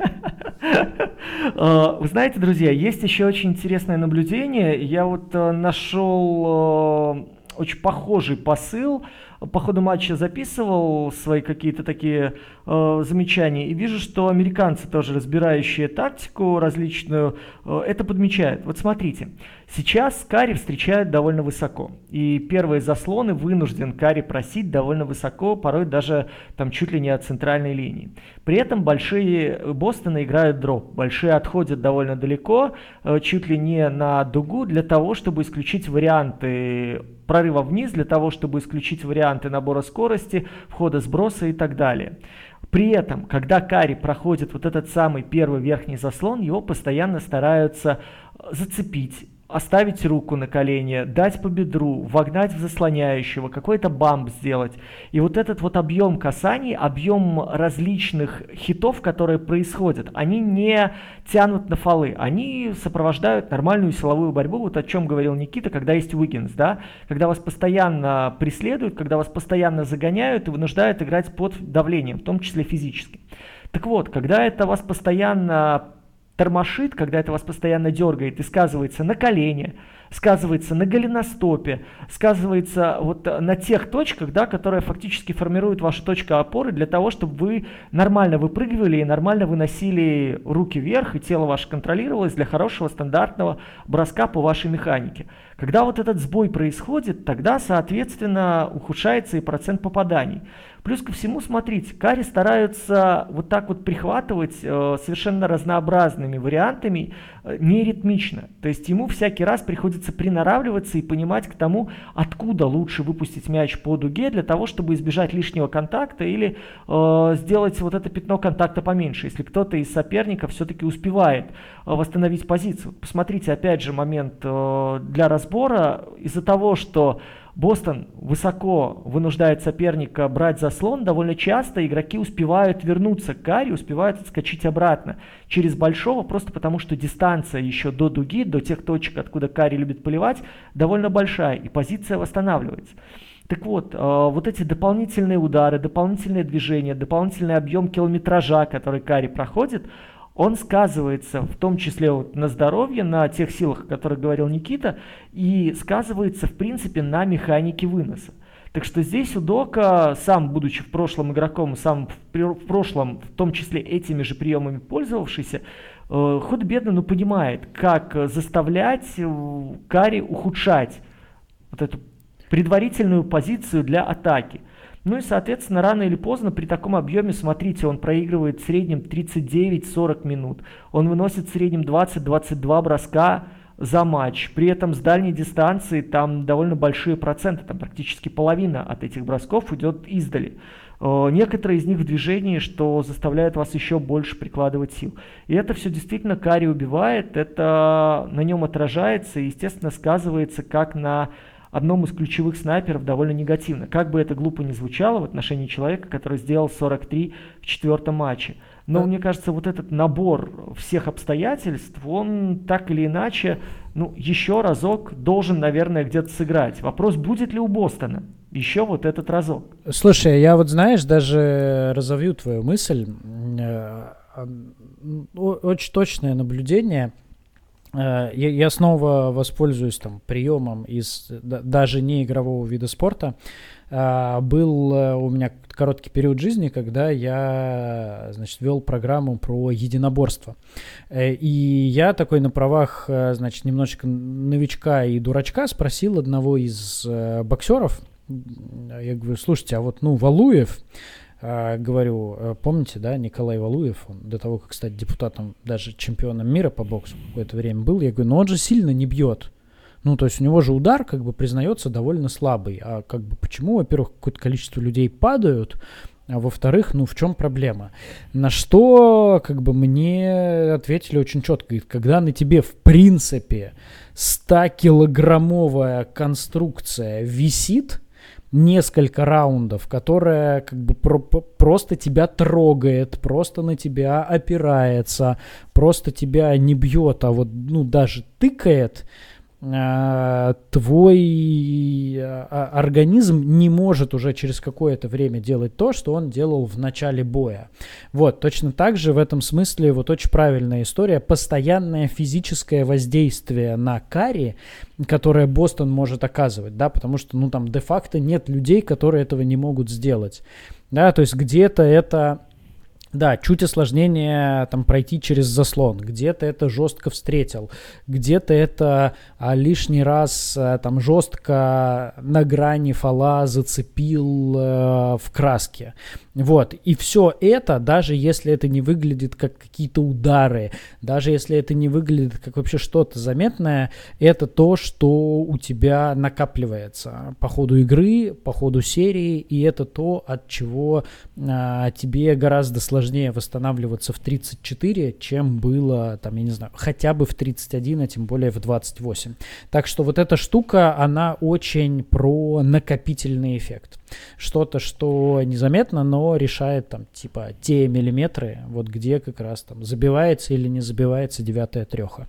да. Вы знаете, друзья, есть еще очень интересное наблюдение. Я вот нашел очень похожий посыл. По ходу матча записывал свои какие-то такие э, замечания и вижу, что американцы, тоже разбирающие тактику различную, э, это подмечают. Вот смотрите, сейчас Карри встречают довольно высоко, и первые заслоны вынужден Карри просить довольно высоко, порой даже там чуть ли не от центральной линии. При этом большие Бостоны играют дроп, большие отходят довольно далеко, э, чуть ли не на дугу, для того, чтобы исключить варианты прорыва вниз, для того, чтобы исключить варианты набора скорости, входа сброса и так далее. При этом, когда Карри проходит вот этот самый первый верхний заслон, его постоянно стараются зацепить, оставить руку на колене, дать по бедру, вогнать в заслоняющего, какой-то бамп сделать. И вот этот вот объем касаний, объем различных хитов, которые происходят, они не тянут на фолы, они сопровождают нормальную силовую борьбу, вот о чем говорил Никита, когда есть Уиггинс, да, когда вас постоянно преследуют, когда вас постоянно загоняют и вынуждают играть под давлением, в том числе физически. Так вот, когда это вас постоянно тормошит, когда это вас постоянно дергает и сказывается на колене, сказывается на голеностопе, сказывается вот на тех точках, да, которые фактически формируют вашу точку опоры для того, чтобы вы нормально выпрыгивали и нормально выносили руки вверх, и тело ваше контролировалось для хорошего стандартного броска по вашей механике. Когда вот этот сбой происходит, тогда, соответственно, ухудшается и процент попаданий. Плюс ко всему, смотрите, Карри стараются вот так вот прихватывать э, совершенно разнообразными вариантами, э, не ритмично. То есть ему всякий раз приходится приноравливаться и понимать к тому, откуда лучше выпустить мяч по дуге для того, чтобы избежать лишнего контакта или э, сделать вот это пятно контакта поменьше, если кто-то из соперников все-таки успевает э, восстановить позицию. Посмотрите, опять же, момент э, для разбора. Из-за того, что Бостон высоко вынуждает соперника брать заслон, довольно часто игроки успевают вернуться к Карри, успевают отскочить обратно через большого, просто потому что дистанция еще до дуги, до тех точек, откуда Карри любит поливать, довольно большая, и позиция восстанавливается. Так вот, вот эти дополнительные удары, дополнительные движения, дополнительный объем километража, который Карри проходит, он сказывается в том числе вот на здоровье, на тех силах, о которых говорил Никита, и сказывается в принципе на механике выноса. Так что здесь Удока, сам будучи в прошлом игроком, сам в, в прошлом, в том числе этими же приемами пользовавшийся, э, худо-бедно, ну, понимает, как заставлять э, Карри ухудшать вот эту предварительную позицию для атаки. Ну и, соответственно, рано или поздно при таком объеме, смотрите, он проигрывает в среднем тридцать девять сорок минут. Он выносит в среднем двадцать двадцать два броска за матч. При этом с дальней дистанции там довольно большие проценты, там практически половина от этих бросков идет издали. Некоторые из них в движении, что заставляет вас еще больше прикладывать сил. И это все действительно Карри убивает, это на нем отражается и, естественно, сказывается как на одном из ключевых снайперов довольно негативно. Как бы это глупо ни звучало в отношении человека, который сделал сорок три в четвертом матче. Но да. Мне кажется, вот этот набор всех обстоятельств, он так или иначе, ну, еще разок должен, наверное, где-то сыграть. Вопрос, будет ли у Бостона еще вот этот разок. Слушай, я вот, знаешь, даже разовью твою мысль. Очень точное наблюдение. Я, я снова воспользуюсь там приемом из даже не игрового вида спорта. Был у меня короткий период жизни, когда я, значит, вел программу про единоборство. И я такой на правах, значит, немножечко новичка и дурачка спросил одного из боксеров. Я говорю, слушайте, а вот, ну, Валуев, говорю, помните, да, Николай Валуев, он до того, как стать депутатом, даже чемпионом мира по боксу какое-то время был, я говорю, но он же сильно не бьет. Ну, то есть у него же удар, как бы, признается, довольно слабый. А как бы почему, во-первых, какое-то количество людей падают, а во-вторых, ну, в чем проблема? На что, как бы, мне ответили очень четко. Говорит, когда на тебе, в принципе, ста-килограммовая конструкция висит несколько раундов, которая как бы про- просто тебя трогает, просто на тебя опирается, просто тебя не бьет, а вот, ну, даже тыкает, твой организм не может уже через какое-то время делать то, что он делал в начале боя. Вот, точно так же в этом смысле вот очень правильная история. Постоянное физическое воздействие на Карри, которое Бостон может оказывать, да, потому что, ну, там де-факто нет людей, которые этого не могут сделать. Да, то есть где-то это... Да, чуть осложнение там пройти через заслон, где-то это жестко встретил, где-то это а, лишний раз а, там жестко на грани фола зацепил а, в краске. Вот, и все это, даже если это не выглядит как какие-то удары, даже если это не выглядит как вообще что-то заметное, это то, что у тебя накапливается по ходу игры, по ходу серии, и это то, от чего а, тебе гораздо сложнее восстанавливаться в тридцать четыре, чем было, там, я не знаю, хотя бы в тридцать один, а тем более в двадцать восемь. Так что вот эта штука, она очень про накопительный эффект. Что-то, что незаметно, но решает там типа те миллиметры, вот где как раз там забивается или не забивается девятая треха.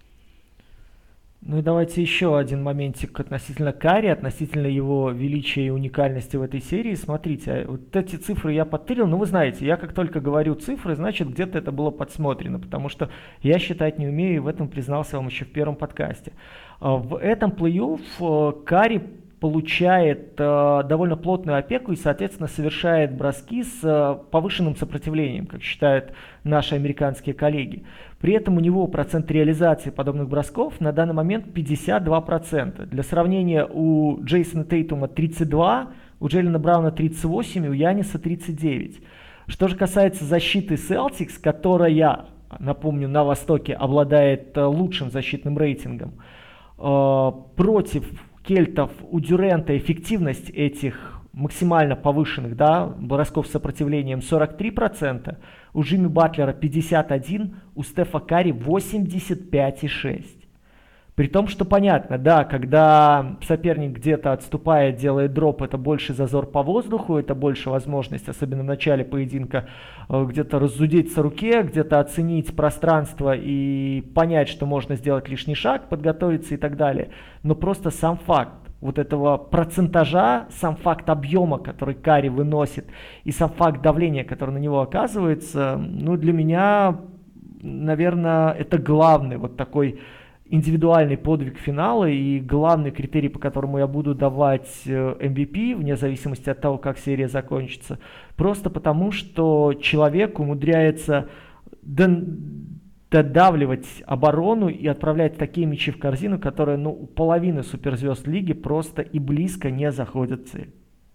Ну и давайте еще один моментик относительно Карри, относительно его величия и уникальности в этой серии. Смотрите, вот эти цифры я подтырил, но вы знаете, я как только говорю цифры, значит где-то это было подсмотрено, потому что я считать не умею, и в этом признался вам еще в первом подкасте. В этом плей-офф Карри получает э, довольно плотную опеку и, соответственно, совершает броски с э, повышенным сопротивлением, как считают наши американские коллеги. При этом у него процент реализации подобных бросков на данный момент пятьдесят два процента. Для сравнения, у Джейсона Тейтума тридцать два, у Джейлена Брауна тридцать восемь, у Яниса тридцать девять. Что же касается защиты Celtics, которая, напомню, на Востоке обладает э, лучшим защитным рейтингом, э, против Кельтов у Дюрента эффективность этих максимально повышенных, да, бросков с сопротивлением сорок три процента, у Джимми Батлера пятьдесят один процент, у Стефа Карри восемьдесят пять целых шесть десятых процента. При том, что понятно, да, когда соперник где-то отступает, делает дроп, это больше зазор по воздуху, это больше возможность, особенно в начале поединка, где-то разудиться руке, где-то оценить пространство и понять, что можно сделать лишний шаг, подготовиться и так далее. Но просто сам факт вот этого процентажа, сам факт объема, который Карри выносит, и сам факт давления, которое на него оказывается, ну, для меня, наверное, это главный вот такой индивидуальный подвиг финала, и главный критерий, по которому я буду давать эм ви пи, вне зависимости от того, как серия закончится, просто потому, что человек умудряется додавливать оборону и отправлять такие мячи в корзину, которые, ну, у половины суперзвезд лиги просто и близко не заходят в цель.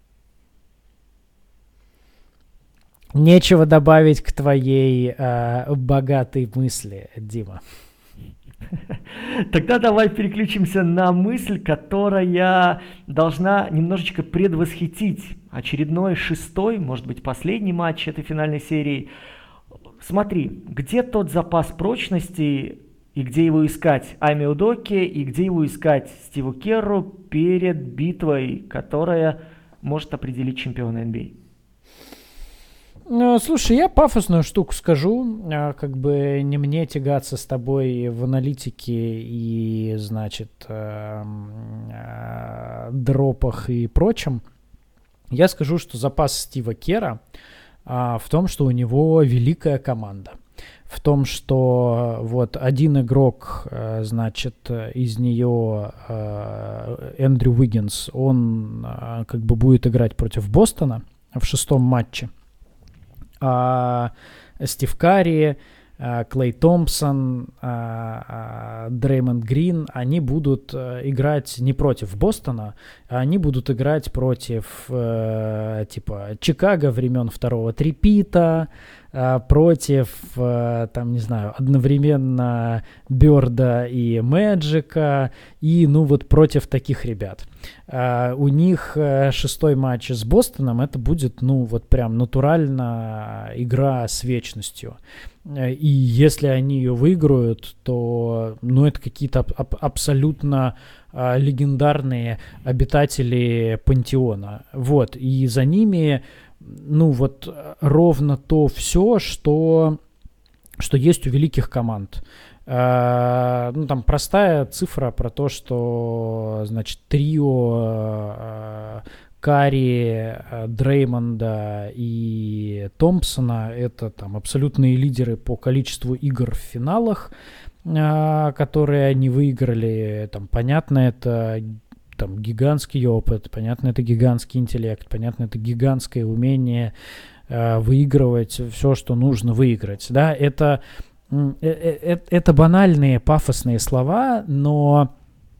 Нечего добавить к твоей э, богатой мысли, Дима. Тогда давай переключимся на мысль, которая должна немножечко предвосхитить очередной шестой, может быть, последний матч этой финальной серии. Смотри, где тот запас прочности и где его искать Айме Удоке, и где его искать Стиву Керру перед битвой, которая может определить чемпиона эн би эй? Ну, слушай, я пафосную штуку скажу, как бы не мне тягаться с тобой в аналитике и, значит, э, э, дропах и прочем. Я скажу, что запас Стива Керра э, в том, что у него великая команда. В том, что вот один игрок, э, значит, из нее э, Эндрю Уиггинс, он э, как бы будет играть против Бостона в шестом матче. А Стив Карри, Клей Томпсон, Дреймонд Грин, они будут играть не против Бостона, а они будут играть против типа Чикаго времен второго трипита, против, там, не знаю, одновременно Бёрда и Мэджика, и, ну, вот против таких ребят. Uh, у них uh, шестой матч с Бостоном, это будет, ну, вот прям натурально игра с вечностью. Uh, и если они ее выиграют, то, ну, это какие-то аб- аб- абсолютно uh, легендарные обитатели пантеона. Вот, и за ними, ну, вот ровно то все, что, что есть у великих команд. Uh, ну, там простая цифра про то, что, значит, трио uh, Карри, uh, Дреймонда и Томпсона — это там абсолютные лидеры по количеству игр в финалах, uh, которые они выиграли. Там, понятно, это там гигантский опыт, понятно, это гигантский интеллект, понятно, это гигантское умение uh, выигрывать все, что нужно выиграть. Да, это Это банальные пафосные слова, но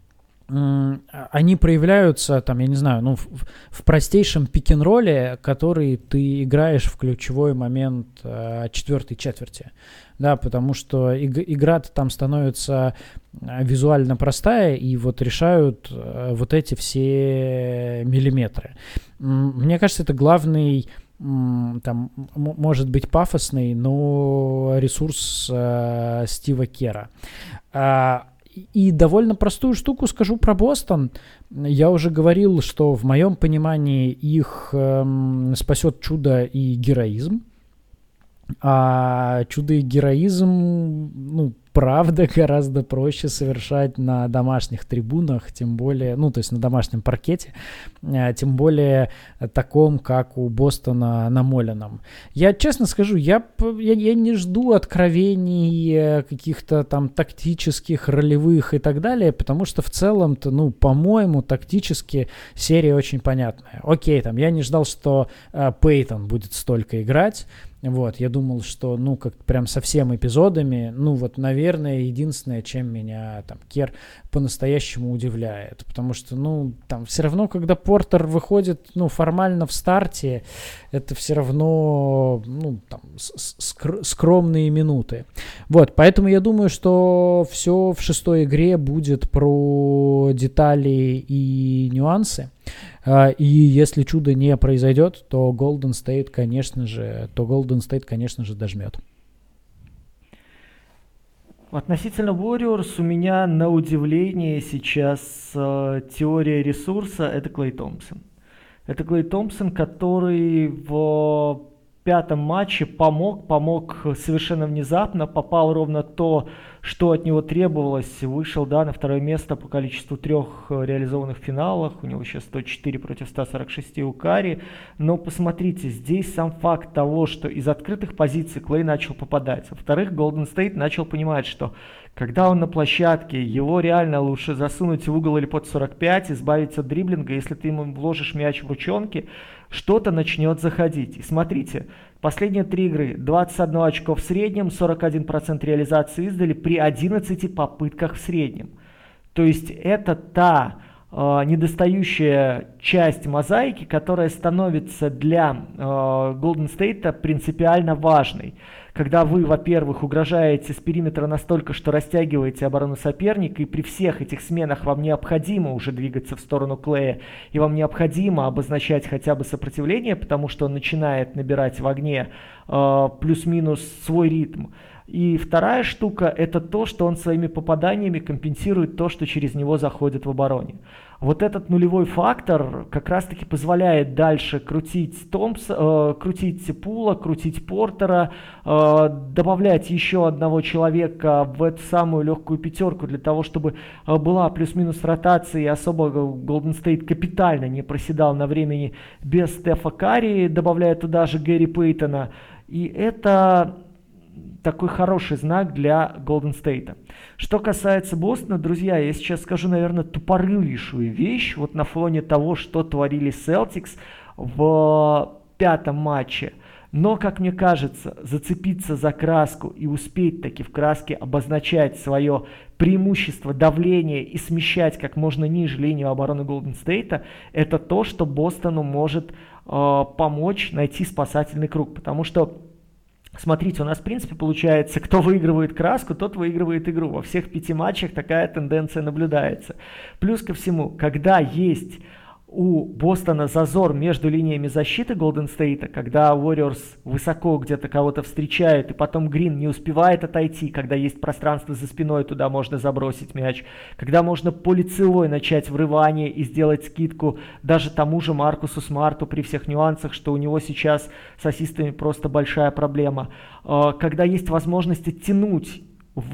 они проявляются, там, я не знаю, ну, в, в простейшем пик-н-ролле, который ты играешь в ключевой момент э, четвертой четверти. Да, потому что иг- игра там становится визуально простая, и вот решают э, вот эти все миллиметры. Мне кажется, это главный... там, м- может быть пафосный, но ресурс э, Стива Керра. А, и довольно простую штуку скажу про Бостон. Я уже говорил, что в моем понимании их э, спасет чудо и героизм. А чудо и героизм, ну, правда, гораздо проще совершать на домашних трибунах, тем более, ну, то есть на домашнем паркете, тем более таком, как у Бостона намоленном. Я честно скажу, я, я, я не жду откровений каких-то там тактических, ролевых и так далее, потому что в целом-то, ну, по-моему, тактически серия очень понятная. Окей, там, я не ждал, что э, Пейтон будет столько играть. Вот, я думал, что, ну, как прям со всеми эпизодами, ну, вот, наверное, единственное, чем меня там Кер по-настоящему удивляет, потому что, ну, там все равно, когда Портер выходит, ну, формально в старте, это все равно, ну, там, скр- скромные минуты. Вот, поэтому я думаю, что все в шестой игре будет про детали и нюансы. И если чудо не произойдет, то Golden State, конечно же, то Golden State, конечно же, дожмет. Относительно Warriors у меня на удивление сейчас э, теория ресурса — это Клей Томпсон. Это Клей Томпсон, который в пятом матче помог, помог совершенно внезапно, попал ровно то, что от него требовалось. Вышел, да, на второе место по количеству трех реализованных финалах. У него сейчас сто четыре против ста сорока шести у Карри. Но посмотрите, здесь сам факт того, что из открытых позиций Клей начал попадать. Во-вторых, Golden State начал понимать, что когда он на площадке, его реально лучше засунуть в угол или под сорок пять, избавиться от дриблинга. Если ты ему вложишь мяч в ручонки, что-то начнет заходить. И смотрите, последние три игры, двадцать одно очко в среднем, сорок один процент реализации издали при одиннадцати попытках в среднем. То есть это та э, недостающая часть мозаики, которая становится для э, Golden State принципиально важной. Когда вы, во-первых, угрожаете с периметра настолько, что растягиваете оборону соперника, и при всех этих сменах вам необходимо уже двигаться в сторону Клея, и вам необходимо обозначать хотя бы сопротивление, потому что он начинает набирать в огне э, плюс-минус свой ритм. И вторая штука – это то, что он своими попаданиями компенсирует то, что через него заходит в обороне. Вот этот нулевой фактор как раз-таки позволяет дальше крутить Томпс, э, крутить Пула, крутить Портера, э, добавлять еще одного человека в эту самую легкую пятерку для того, чтобы э, была плюс-минус ротация, и особо Golden State капитально не проседал на времени без Стефа Карри, добавляя туда же Гэри Пейтона. И это такой хороший знак для Golden State. Что касается Бостона, друзья, я сейчас скажу, наверное, тупорылейшую вещь вот на фоне того, что творили Celtics в пятом матче. Но, как мне кажется, зацепиться за краску и успеть таки в краске обозначать свое преимущество давления и смещать как можно ниже линию обороны Golden State, это то, что Бостону может э, помочь найти спасательный круг. Потому что смотрите, у нас в принципе получается, кто выигрывает краску, тот выигрывает игру. Во всех пяти матчах такая тенденция наблюдается. Плюс ко всему, когда есть у Бостона зазор между линиями защиты Golden State, когда Warriors высоко где-то кого-то встречают, и потом Грин не успевает отойти, когда есть пространство за спиной, туда можно забросить мяч, когда можно полицевой начать врывание и сделать скидку даже тому же Маркусу Смарту при всех нюансах, что у него сейчас с ассистами просто большая проблема, когда есть возможность оттянуть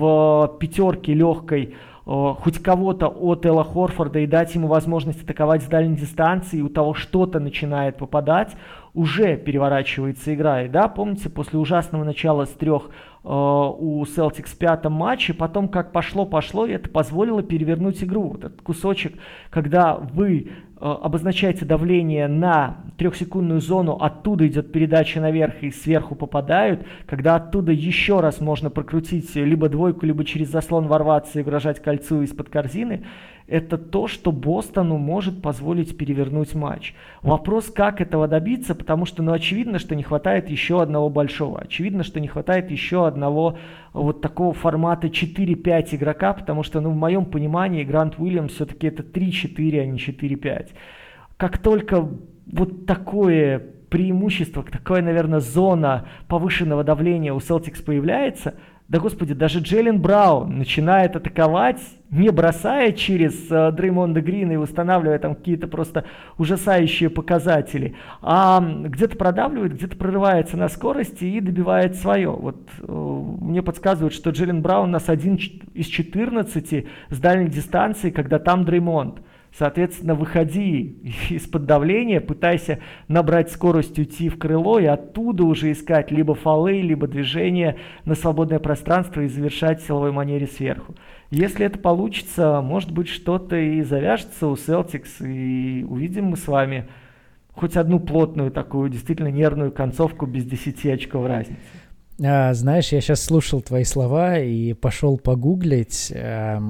в пятерке легкой хоть кого-то от Элла Хорфорда и дать ему возможность атаковать с дальней дистанции, и у того что-то начинает попадать, уже переворачивается игра. И да, помните, после ужасного начала с трех э, у Celtics в пятом матче, потом как пошло-пошло, и это позволило перевернуть игру. Вот этот кусочек, когда вы э, обозначаете давление на трехсекундную зону, оттуда идет передача наверх и сверху попадают, когда оттуда еще раз можно прокрутить либо двойку, либо через заслон ворваться и угрожать кольцу из-под корзины, это то, что Бостону может позволить перевернуть матч. Вопрос, как этого добиться, потому что, ну, очевидно, что не хватает еще одного большого. Очевидно, что не хватает еще одного вот такого формата четыре-пять игрока, потому что, ну, в моем понимании, Грант Уильямс все-таки это три-четыре, а не четыре-пять. Как только вот такое преимущество, такая, наверное, зона повышенного давления у Celtics появляется, да господи, даже Джейлен Браун начинает атаковать, не бросая через э, Дреймонда Грина и устанавливая там какие-то просто ужасающие показатели, а где-то продавливает, где-то прорывается на скорости и добивает свое. Вот э, мне подсказывают, что Джейлен Браун у нас один из четырнадцати с дальней дистанции, когда там Дреймонд. Соответственно, выходи из-под давления, пытайся набрать скорость, уйти в крыло и оттуда уже искать либо фолы, либо движение на свободное пространство и завершать в силовой манере сверху. Если это получится, может быть, что-то и завяжется у Celtics, и увидим мы с вами хоть одну плотную такую, действительно нервную концовку без десяти очков разницы. А, знаешь, я сейчас слушал твои слова и пошел погуглить э,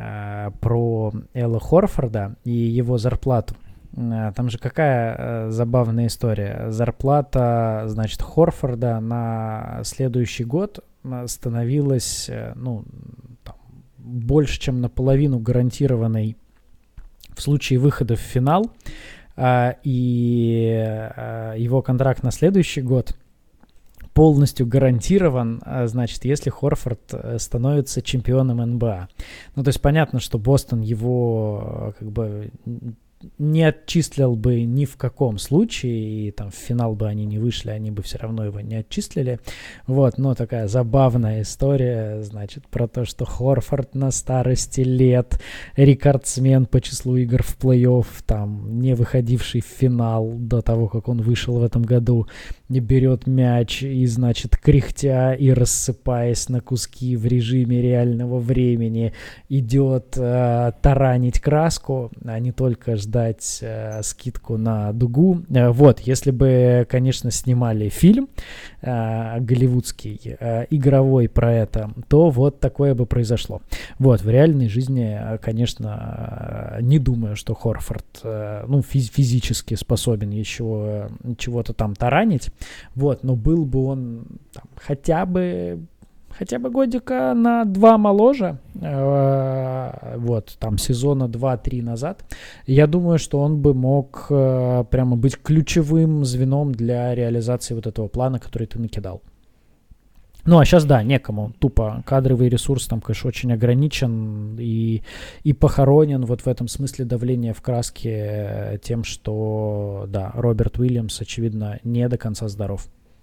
э, про Элла Хорфорда и его зарплату. Э, там же какая э, забавная история. Зарплата, значит, Хорфорда на следующий год становилась, э, ну, там, больше, чем наполовину гарантированной в случае выхода в финал. Э, и э, его контракт на следующий год полностью гарантирован, значит, если Хорфорд становится чемпионом эн бэ а. Ну, то есть понятно, что Бостон его как бы не отчислил бы ни в каком случае, и там в финал бы они не вышли, они бы все равно его не отчислили. Вот, но такая забавная история, значит, про то, что Хорфорд на старости лет, рекордсмен по числу игр в плей-офф, там, не выходивший в финал до того, как он вышел в этом году, не берет мяч и, значит, кряхтя и рассыпаясь на куски в режиме реального времени, идет э, таранить краску, а не только ждать э, скидку на дугу. Э, вот, если бы, конечно, снимали фильм э, голливудский, э, игровой про это, то вот такое бы произошло. Вот, в реальной жизни, конечно, э, не думаю, что Хорфорд э, ну, физ- физически способен еще э, чего-то там таранить. Вот, но был бы он там, хотя бы хотя бы годика на два моложе, э, вот, там, сезона два-три назад, я думаю, что он бы мог э, прямо быть ключевым звеном для реализации вот этого плана, который ты накидал. Ну, а сейчас, да, некому. Тупо кадровый ресурс там, конечно, очень ограничен и, и похоронен вот в этом смысле давления в краске тем, что, да, Роберт Уильямс, очевидно, не до конца здоров.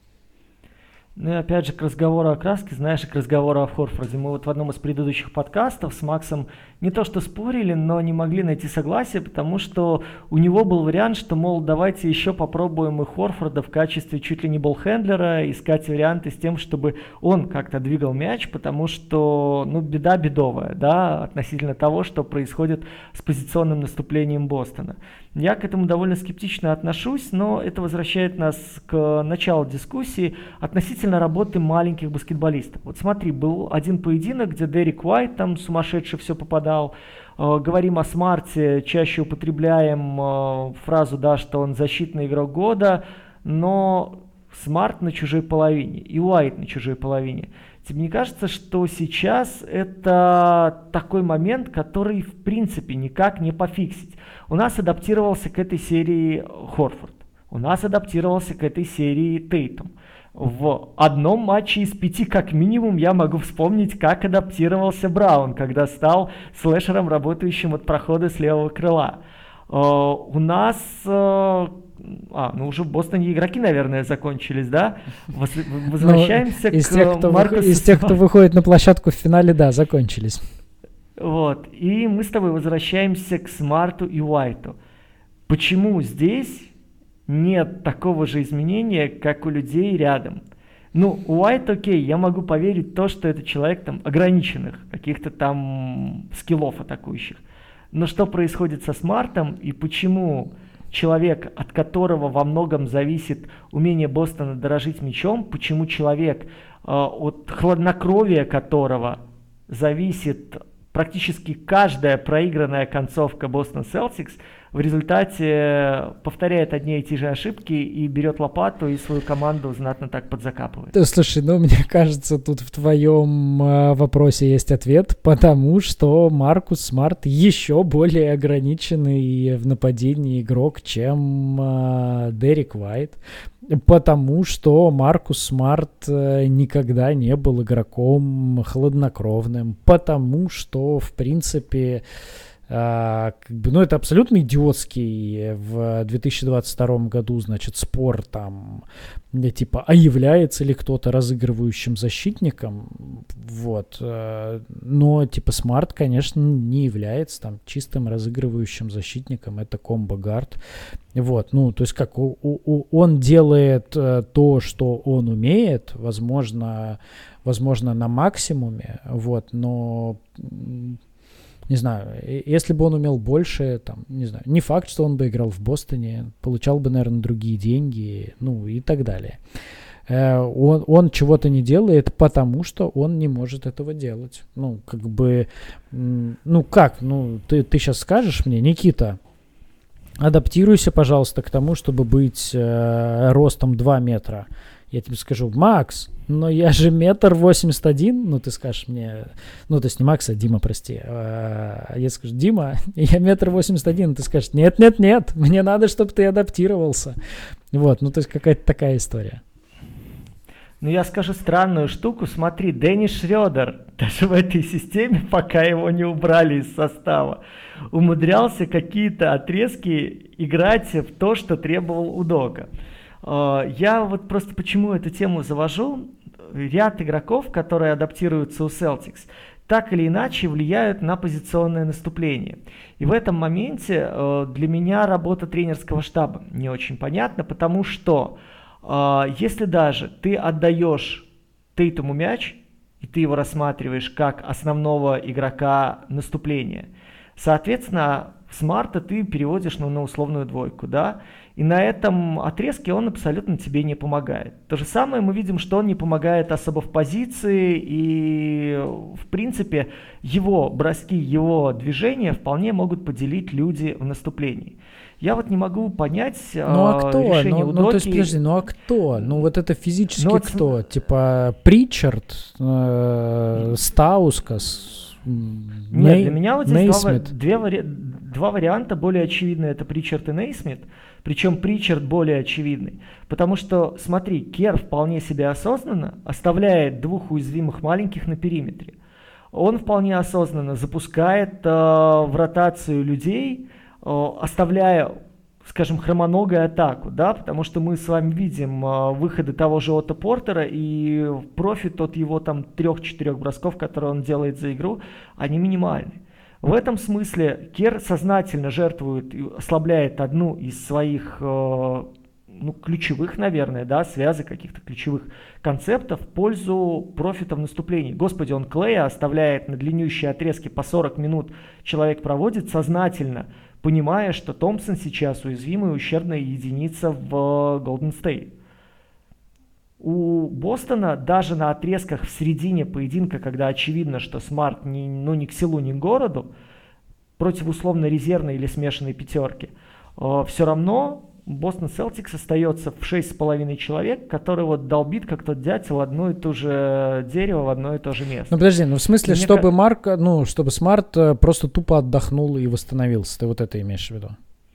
Ну и опять же к разговору о краске, знаешь, к разговору о Хорфорде. Мы вот в одном из предыдущих подкастов с Максом не то что спорили, но не могли найти согласие, потому что у него был вариант, что, мол, давайте еще попробуем и Хорфорда в качестве чуть ли не болхендлера, искать варианты с тем, чтобы он как-то двигал мяч, потому что, ну, беда бедовая, да, относительно того, что происходит с позиционным наступлением Бостона. Я к этому довольно скептично отношусь, но это возвращает нас к началу дискуссии относительно работы маленьких баскетболистов. Вот смотри, был один поединок, где Дерек Уайт там сумасшедше все попадал. Э, говорим о Смарте, чаще употребляем э, фразу, да, что он защитный игрок года, но Смарт на чужой половине и Уайт на чужой половине. Тебе не кажется, что сейчас это такой момент, который в принципе никак не пофиксить? У нас адаптировался к этой серии Хорфорд, у нас адаптировался к этой серии Тейтум. В одном матче из пяти, как минимум, я могу вспомнить, как адаптировался Браун, когда стал слэшером, работающим от прохода с левого крыла. Uh, у нас... Uh, а, ну уже в Бостоне игроки, наверное, закончились, да? Возвращаемся ну, из к тех, кто Маркусу вы, Из тех, кто выходит на площадку в финале, да, закончились. Вот, и мы с тобой возвращаемся к Смарту и Уайту. Почему здесь нет такого же изменения, как у людей рядом? Ну, Уайт, окей, я могу поверить в то, что это человек там ограниченных, каких-то там скиллов атакующих. Но что происходит со Смартом и почему человек, от которого во многом зависит умение Бостона дорожить мячом, почему человек, э, от хладнокровия которого зависит практически каждая проигранная концовка Бостон Селтикс, в результате повторяет одни и те же ошибки и берет лопату и свою команду знатно так подзакапывает. Да, слушай, ну мне кажется, тут в твоем э, вопросе есть ответ, потому что Маркус Смарт еще более ограниченный в нападении игрок, чем э, Дерек Уайт. Потому что Маркус Смарт никогда не был игроком хладнокровным. Потому что, в принципе, Uh, как бы, ну, это абсолютно идиотский в две тысячи двадцать втором году, значит, спор там, типа, а является ли кто-то разыгрывающим защитником, вот, uh, но, типа, Смарт, конечно, не является там чистым разыгрывающим защитником, это комбо-гард, вот, ну, то есть как, у, у, он делает uh, то, что он умеет, возможно, возможно, на максимуме, вот, но... Не знаю, если бы он умел больше, там, не знаю, не факт, что он бы играл в Бостоне, получал бы, наверное, другие деньги, ну и так далее. Э, он, он чего-то не делает, потому что он не может этого делать. Ну, как бы, ну как, ну ты, ты сейчас скажешь мне, Никита, адаптируйся, пожалуйста, к тому, чтобы быть э, ростом два метра. Я тебе скажу, Макс, но я же метр восемьдесят один, ну ты скажешь мне, ну то есть не Макс, а Дима, прости. А я скажу, Дима, я метр восемьдесят один, ты скажешь, нет, нет, нет, мне надо, чтобы ты адаптировался. Вот, ну то есть какая-то такая история. Ну я скажу странную штуку, смотри, Деннис Шрёдер даже в этой системе, пока его не убрали из состава, умудрялся какие-то отрезки играть в то, что требовал Удока. Я вот просто почему эту тему завожу. Ряд игроков, которые адаптируются у Celtics, так или иначе влияют на позиционное наступление. И в этом моменте э, для меня работа тренерского штаба не очень понятна, потому что э, если даже ты отдаешь Тейтуму мяч, и ты его рассматриваешь как основного игрока наступления, соответственно, Смарта ты переводишь ну, на условную двойку, да, и на этом отрезке он абсолютно тебе не помогает. То же самое мы видим, что он не помогает особо в позиции, и в принципе его броски, его движения вполне могут поделить люди в наступлении. Я вот не могу понять ну, а кто? решение ну, Удоки. Ну, то есть, подожди, ну а кто? Ну вот это физически ну, кто? Вот... Типа Причард, э, Стаускас? Нет, Ней... для меня вот здесь два, две вари... два варианта более очевидные. Это Причард и Нейсмит. Причем Причард более очевидный. Потому что, смотри, Кер вполне себе осознанно оставляет двух уязвимых маленьких на периметре. Он вполне осознанно запускает э, в ротацию людей, э, оставляя, скажем, хромоногую атаку, да, потому что мы с вами видим э, выходы того же Отто Портера, и профит от его там трех-четырех бросков, которые он делает за игру, они минимальны. В этом смысле Кер сознательно жертвует и ослабляет одну из своих э, ну, ключевых, наверное, да, связок, каких-то ключевых концептов в пользу профита в наступлении. Господи, он Клея оставляет на длиннющие отрезки по сорок минут, человек проводит сознательно, понимая, что Томпсон сейчас уязвимая ущербная единица в Golden State. У Бостона даже на отрезках в середине поединка, когда очевидно, что Смарт ни, ну, ни к селу, ни к городу, против условно резервной или смешанной пятерки, э, все равно Бостон Селтикс остается в шесть с половиной человек, который вот долбит, как тот дятел, одно и то же дерево в одно и то же место. Ну подожди, ну в смысле, Мне чтобы к... Марк, ну чтобы Смарт просто тупо отдохнул и восстановился, ты вот это имеешь в виду?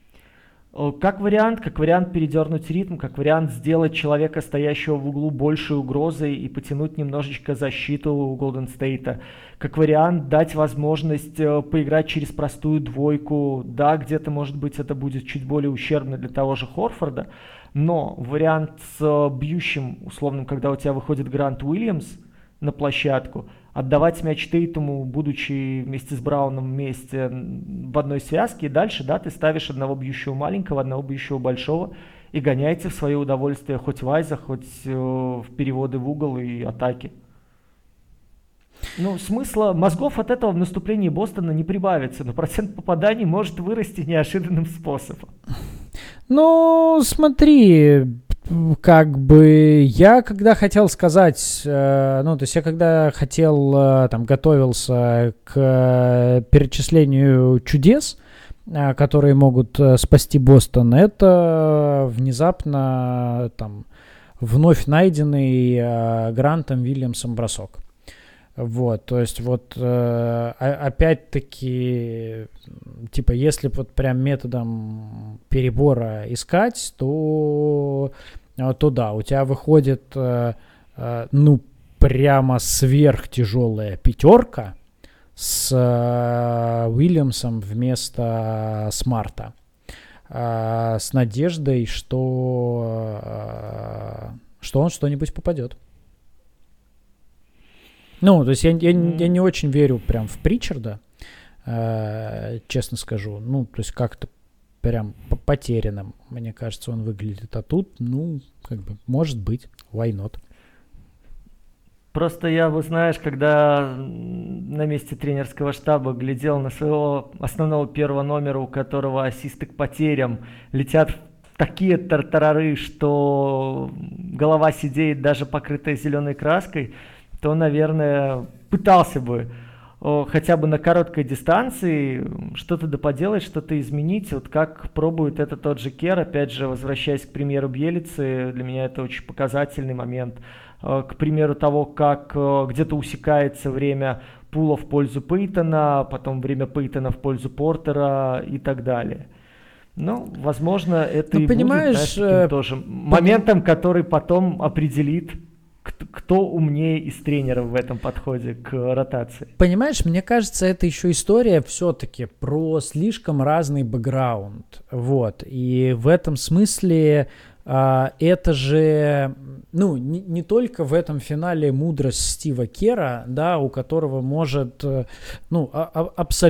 Как вариант, как вариант передернуть ритм, как вариант сделать человека, стоящего в углу, большей угрозой и потянуть немножечко защиту у Голден Стейта. Как вариант дать возможность поиграть через простую двойку. Да, где-то, может быть, это будет чуть более ущербно для того же Хорфорда, но вариант с бьющим, условным, когда у тебя выходит Грант Уильямс на площадку, отдавать мяч Тейтуму, будучи вместе с Брауном вместе в одной связке, и дальше, да, ты ставишь одного бьющего маленького, одного бьющего большого, и гоняете в свое удовольствие хоть Вайза, хоть э, в переводы в угол и атаки. Ну, смысла, мозгов от этого в наступлении Бостона не прибавится, но процент попаданий может вырасти неожиданным способом. Ну, смотри, как бы я когда хотел сказать, э, ну, то есть я когда хотел, э, там, готовился к э, перечислению чудес, э, которые могут э, спасти Бостон, это внезапно, там, вновь найденный э, Грантом Уильямсом бросок. Вот, то есть вот э, опять-таки, типа, если вот прям методом перебора искать, то, то да, у тебя выходит, э, э, ну, прямо сверхтяжелая пятерка с э, Уильямсом вместо Смарта, э, с надеждой, что, э, что он что-нибудь попадет. Ну, то есть я, я, я не очень верю прям в Причарда, э, честно скажу. Ну, то есть как-то прям потерянным, мне кажется, он выглядит. А тут, ну, как бы, может быть, why not? Просто я, вы знаешь, когда на месте тренерского штаба глядел на своего основного первого номера, у которого ассисты к потерям летят такие тартарары, что голова сидеет, даже покрытая зеленой краской, то, наверное, пытался бы о, хотя бы на короткой дистанции что-то доподелать, что-то изменить. Вот как пробует это тот же Кер, опять же, возвращаясь к примеру Бьелицы, для меня это очень показательный момент. О, к примеру того, как о, где-то усекается время Пула в пользу Пейтона, потом время Пейтона в пользу Портера и так далее. Ну, возможно, это ну, и будет, знаешь, таким тоже моментом, который потом определит кто, кто умнее из тренеров в этом подходе к ротации? Понимаешь, мне кажется, это еще история все-таки про слишком разный бэкграунд. Вот. И в этом смысле а, это же, ну, не, не только в этом финале мудрость Стива Кера, да, у которого может, ну, а, а,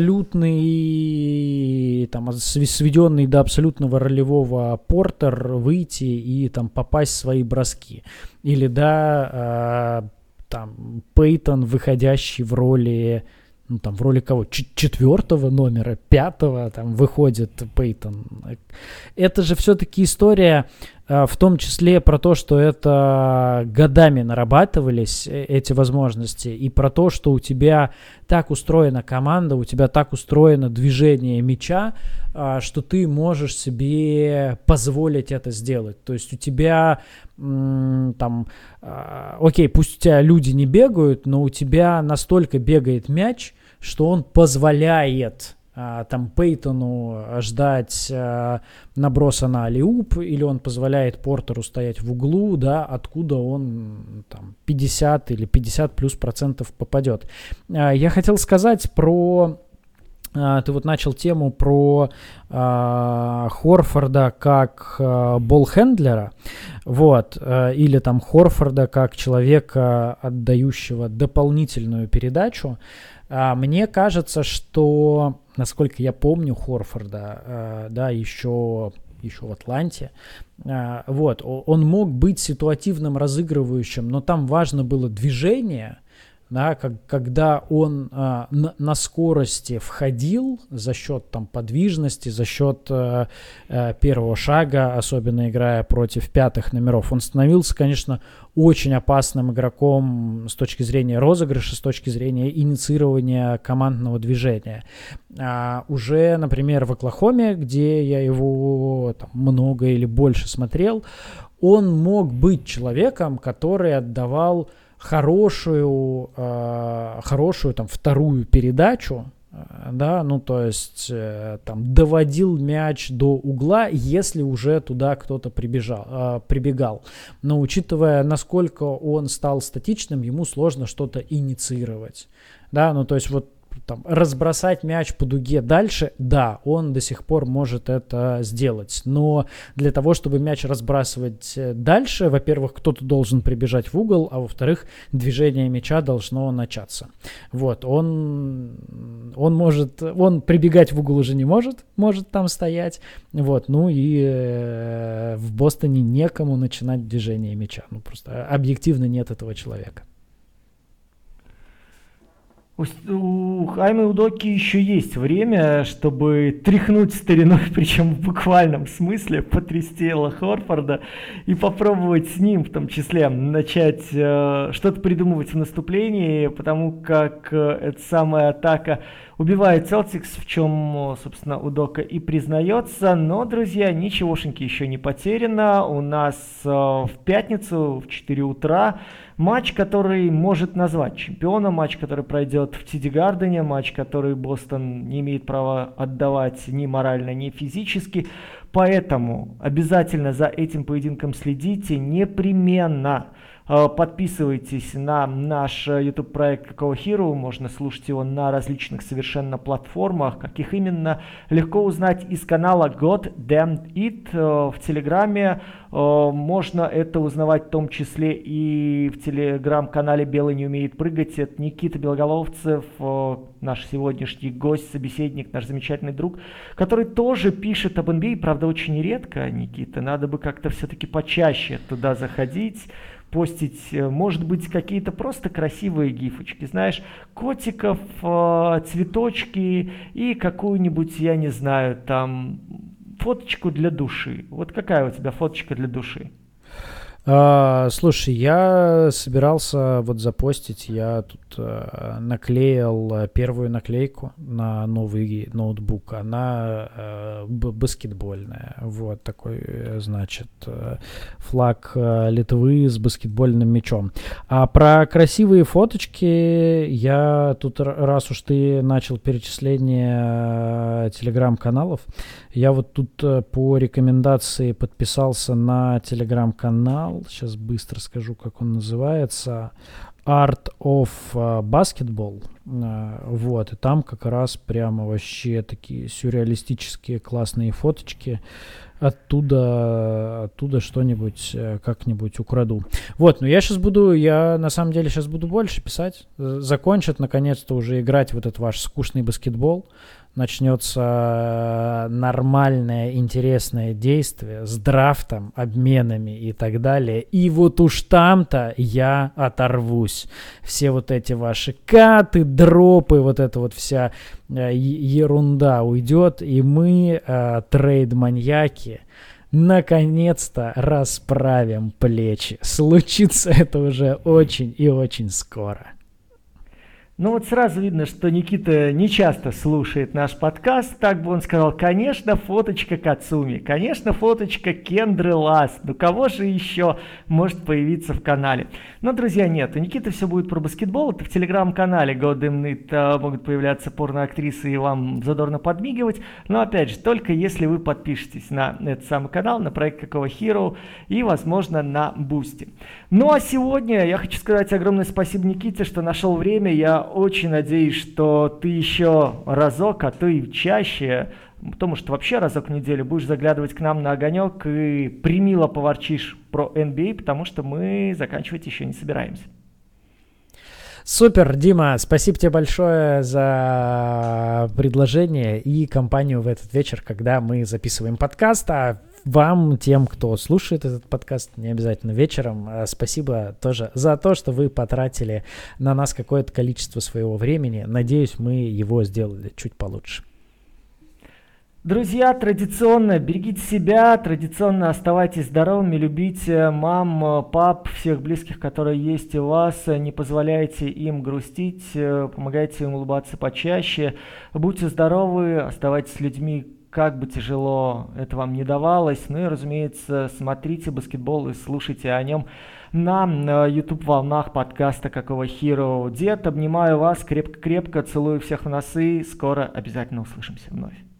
абсолютный, там, сведенный до абсолютного ролевого Портер выйти и там попасть в свои броски. Или, да, а, там, Пейтон, выходящий в роли, ну, там, в роли кого? Ч- четвертого номера, пятого, там, выходит Пейтон. Это же все-таки история, а, в том числе про то, что это годами нарабатывались, эти возможности, и про то, что у тебя так устроена команда, у тебя так устроено движение мяча, а, что ты можешь себе позволить это сделать. То есть у тебя м- там, а, окей, пусть у тебя люди не бегают, но у тебя настолько бегает мяч, что он позволяет а, там Пейтону ждать а, наброса на аллиуп, или он позволяет Портеру стоять в углу, да, откуда он там пятьдесят или пятьдесят плюс процентов попадет. А, я хотел сказать про... А, ты вот начал тему про а, Хорфорда как а, болл-хендлера, вот, а, или там Хорфорда как человека, отдающего дополнительную передачу. А, мне кажется, что, насколько я помню Хорфорда, а, да, еще, еще в Атланте, а, вот, он мог быть ситуативным разыгрывающим, но там важно было движение, да, как, когда он а, на, на скорости входил за счет там подвижности, за счет а, а, первого шага, особенно играя против пятых номеров, он становился, конечно, очень опасным игроком с точки зрения розыгрыша, с точки зрения инициирования командного движения. А, уже, например, в Оклахоме, где я его там, много или больше смотрел, он мог быть человеком, который отдавал хорошую, э, хорошую там вторую передачу, э, да, ну то есть э, там доводил мяч до угла, если уже туда кто-то прибежал, э, прибегал. Но учитывая, насколько он стал статичным, ему сложно что-то инициировать, да, ну то есть вот там, разбросать мяч по дуге дальше, да, он до сих пор может это сделать, но для того, чтобы мяч разбрасывать дальше, во-первых, кто-то должен прибежать в угол, а во-вторых, движение мяча должно начаться. Вот, он, он может, он прибегать в угол уже не может, может там стоять, вот, ну и э, в Бостоне некому начинать движение мяча, ну просто объективно нет этого человека. У Хайме Удоки еще есть время, чтобы тряхнуть стариной, причем в буквальном смысле, потрясти Элла Хорфорда и попробовать с ним, в том числе, начать э, что-то придумывать в наступлении, потому как э, эта самая атака убивает Селтикс, в чем, собственно, Удока и признается. Но, друзья, ничегошеньки еще не потеряно. У нас э, в пятницу в четыре утра матч, который может назвать чемпиона, матч, который пройдет в Ти Ди Гардене, матч, который Бостон не имеет права отдавать ни морально, ни физически. Поэтому обязательно за этим поединком следите непременно. Подписывайтесь на наш YouTube-проект Какого Hero, можно слушать его на различных совершенно платформах. Каких именно, легко узнать из канала God Damn It в Телеграме. Можно это узнавать в том числе и в Телеграм-канале «Белый не умеет прыгать». Это Никита Белоголовцев, наш сегодняшний гость, собеседник, наш замечательный друг, который тоже пишет об эн би эй, правда, очень редко, Никита. Надо бы как-то все-таки почаще туда заходить, постить, может быть, какие-то просто красивые гифочки, знаешь, котиков, цветочки и какую-нибудь, я не знаю, там, фоточку для души. Вот какая у тебя фоточка для души? А, слушай, я собирался вот запостить, я тут а, наклеил первую наклейку на новый ноутбук, она а, б- баскетбольная, вот такой, значит, флаг Литвы с баскетбольным мячом. А про красивые фоточки я тут, раз уж ты начал перечисление телеграм-каналов, я вот тут по рекомендации подписался на телеграм-канал канал, сейчас быстро скажу, как он называется, Art of Basketball, вот, и там как раз прямо вообще такие сюрреалистические классные фоточки, оттуда, оттуда что-нибудь как-нибудь украду. Вот, но я сейчас буду, я на самом деле сейчас буду больше писать, закончат наконец-то уже играть вот этот ваш скучный баскетбол, начнется нормальное, интересное действие с драфтом, обменами и так далее. И вот уж там-то я оторвусь. Все вот эти ваши каты, дропы, вот эта вот вся э, ерунда уйдет, и мы, э, трейд-маньяки, наконец-то расправим плечи. Случится это уже очень и очень скоро. Ну вот сразу видно, что Никита не часто слушает наш подкаст. Так бы он сказал, конечно, фоточка Кацуми, конечно, фоточка Кендры Ласт. Ну кого же еще может появиться в канале? Но, друзья, нет, у Никиты все будет про баскетбол. Это в телеграм-канале GoDamnIt могут появляться порноактрисы и вам задорно подмигивать. Но, опять же, только если вы подпишетесь на этот самый канал, на проект Какого Hero и, возможно, на Бусти. Ну а сегодня я хочу сказать огромное спасибо Никите, что нашел время. Я очень надеюсь, что ты еще разок, а то и чаще, потому что вообще разок в неделю будешь заглядывать к нам на огонек и примило поворчишь про эн би эй, потому что мы заканчивать еще не собираемся. Супер, Дима, спасибо тебе большое за предложение и компанию в этот вечер, когда мы записываем подкаст. А вам, тем, кто слушает этот подкаст, не обязательно вечером, спасибо тоже за то, что вы потратили на нас какое-то количество своего времени. Надеюсь, мы его сделали чуть получше. Друзья, традиционно берегите себя, традиционно оставайтесь здоровыми, любите мам, пап, всех близких, которые есть у вас, не позволяйте им грустить, помогайте им улыбаться почаще, будьте здоровы, оставайтесь людьми, как бы тяжело это вам не давалось, ну и, разумеется, смотрите баскетбол и слушайте о нем на YouTube-волнах подкаста Какого Hero. Дед, обнимаю вас крепко-крепко, целую всех в носы, скоро обязательно услышимся вновь.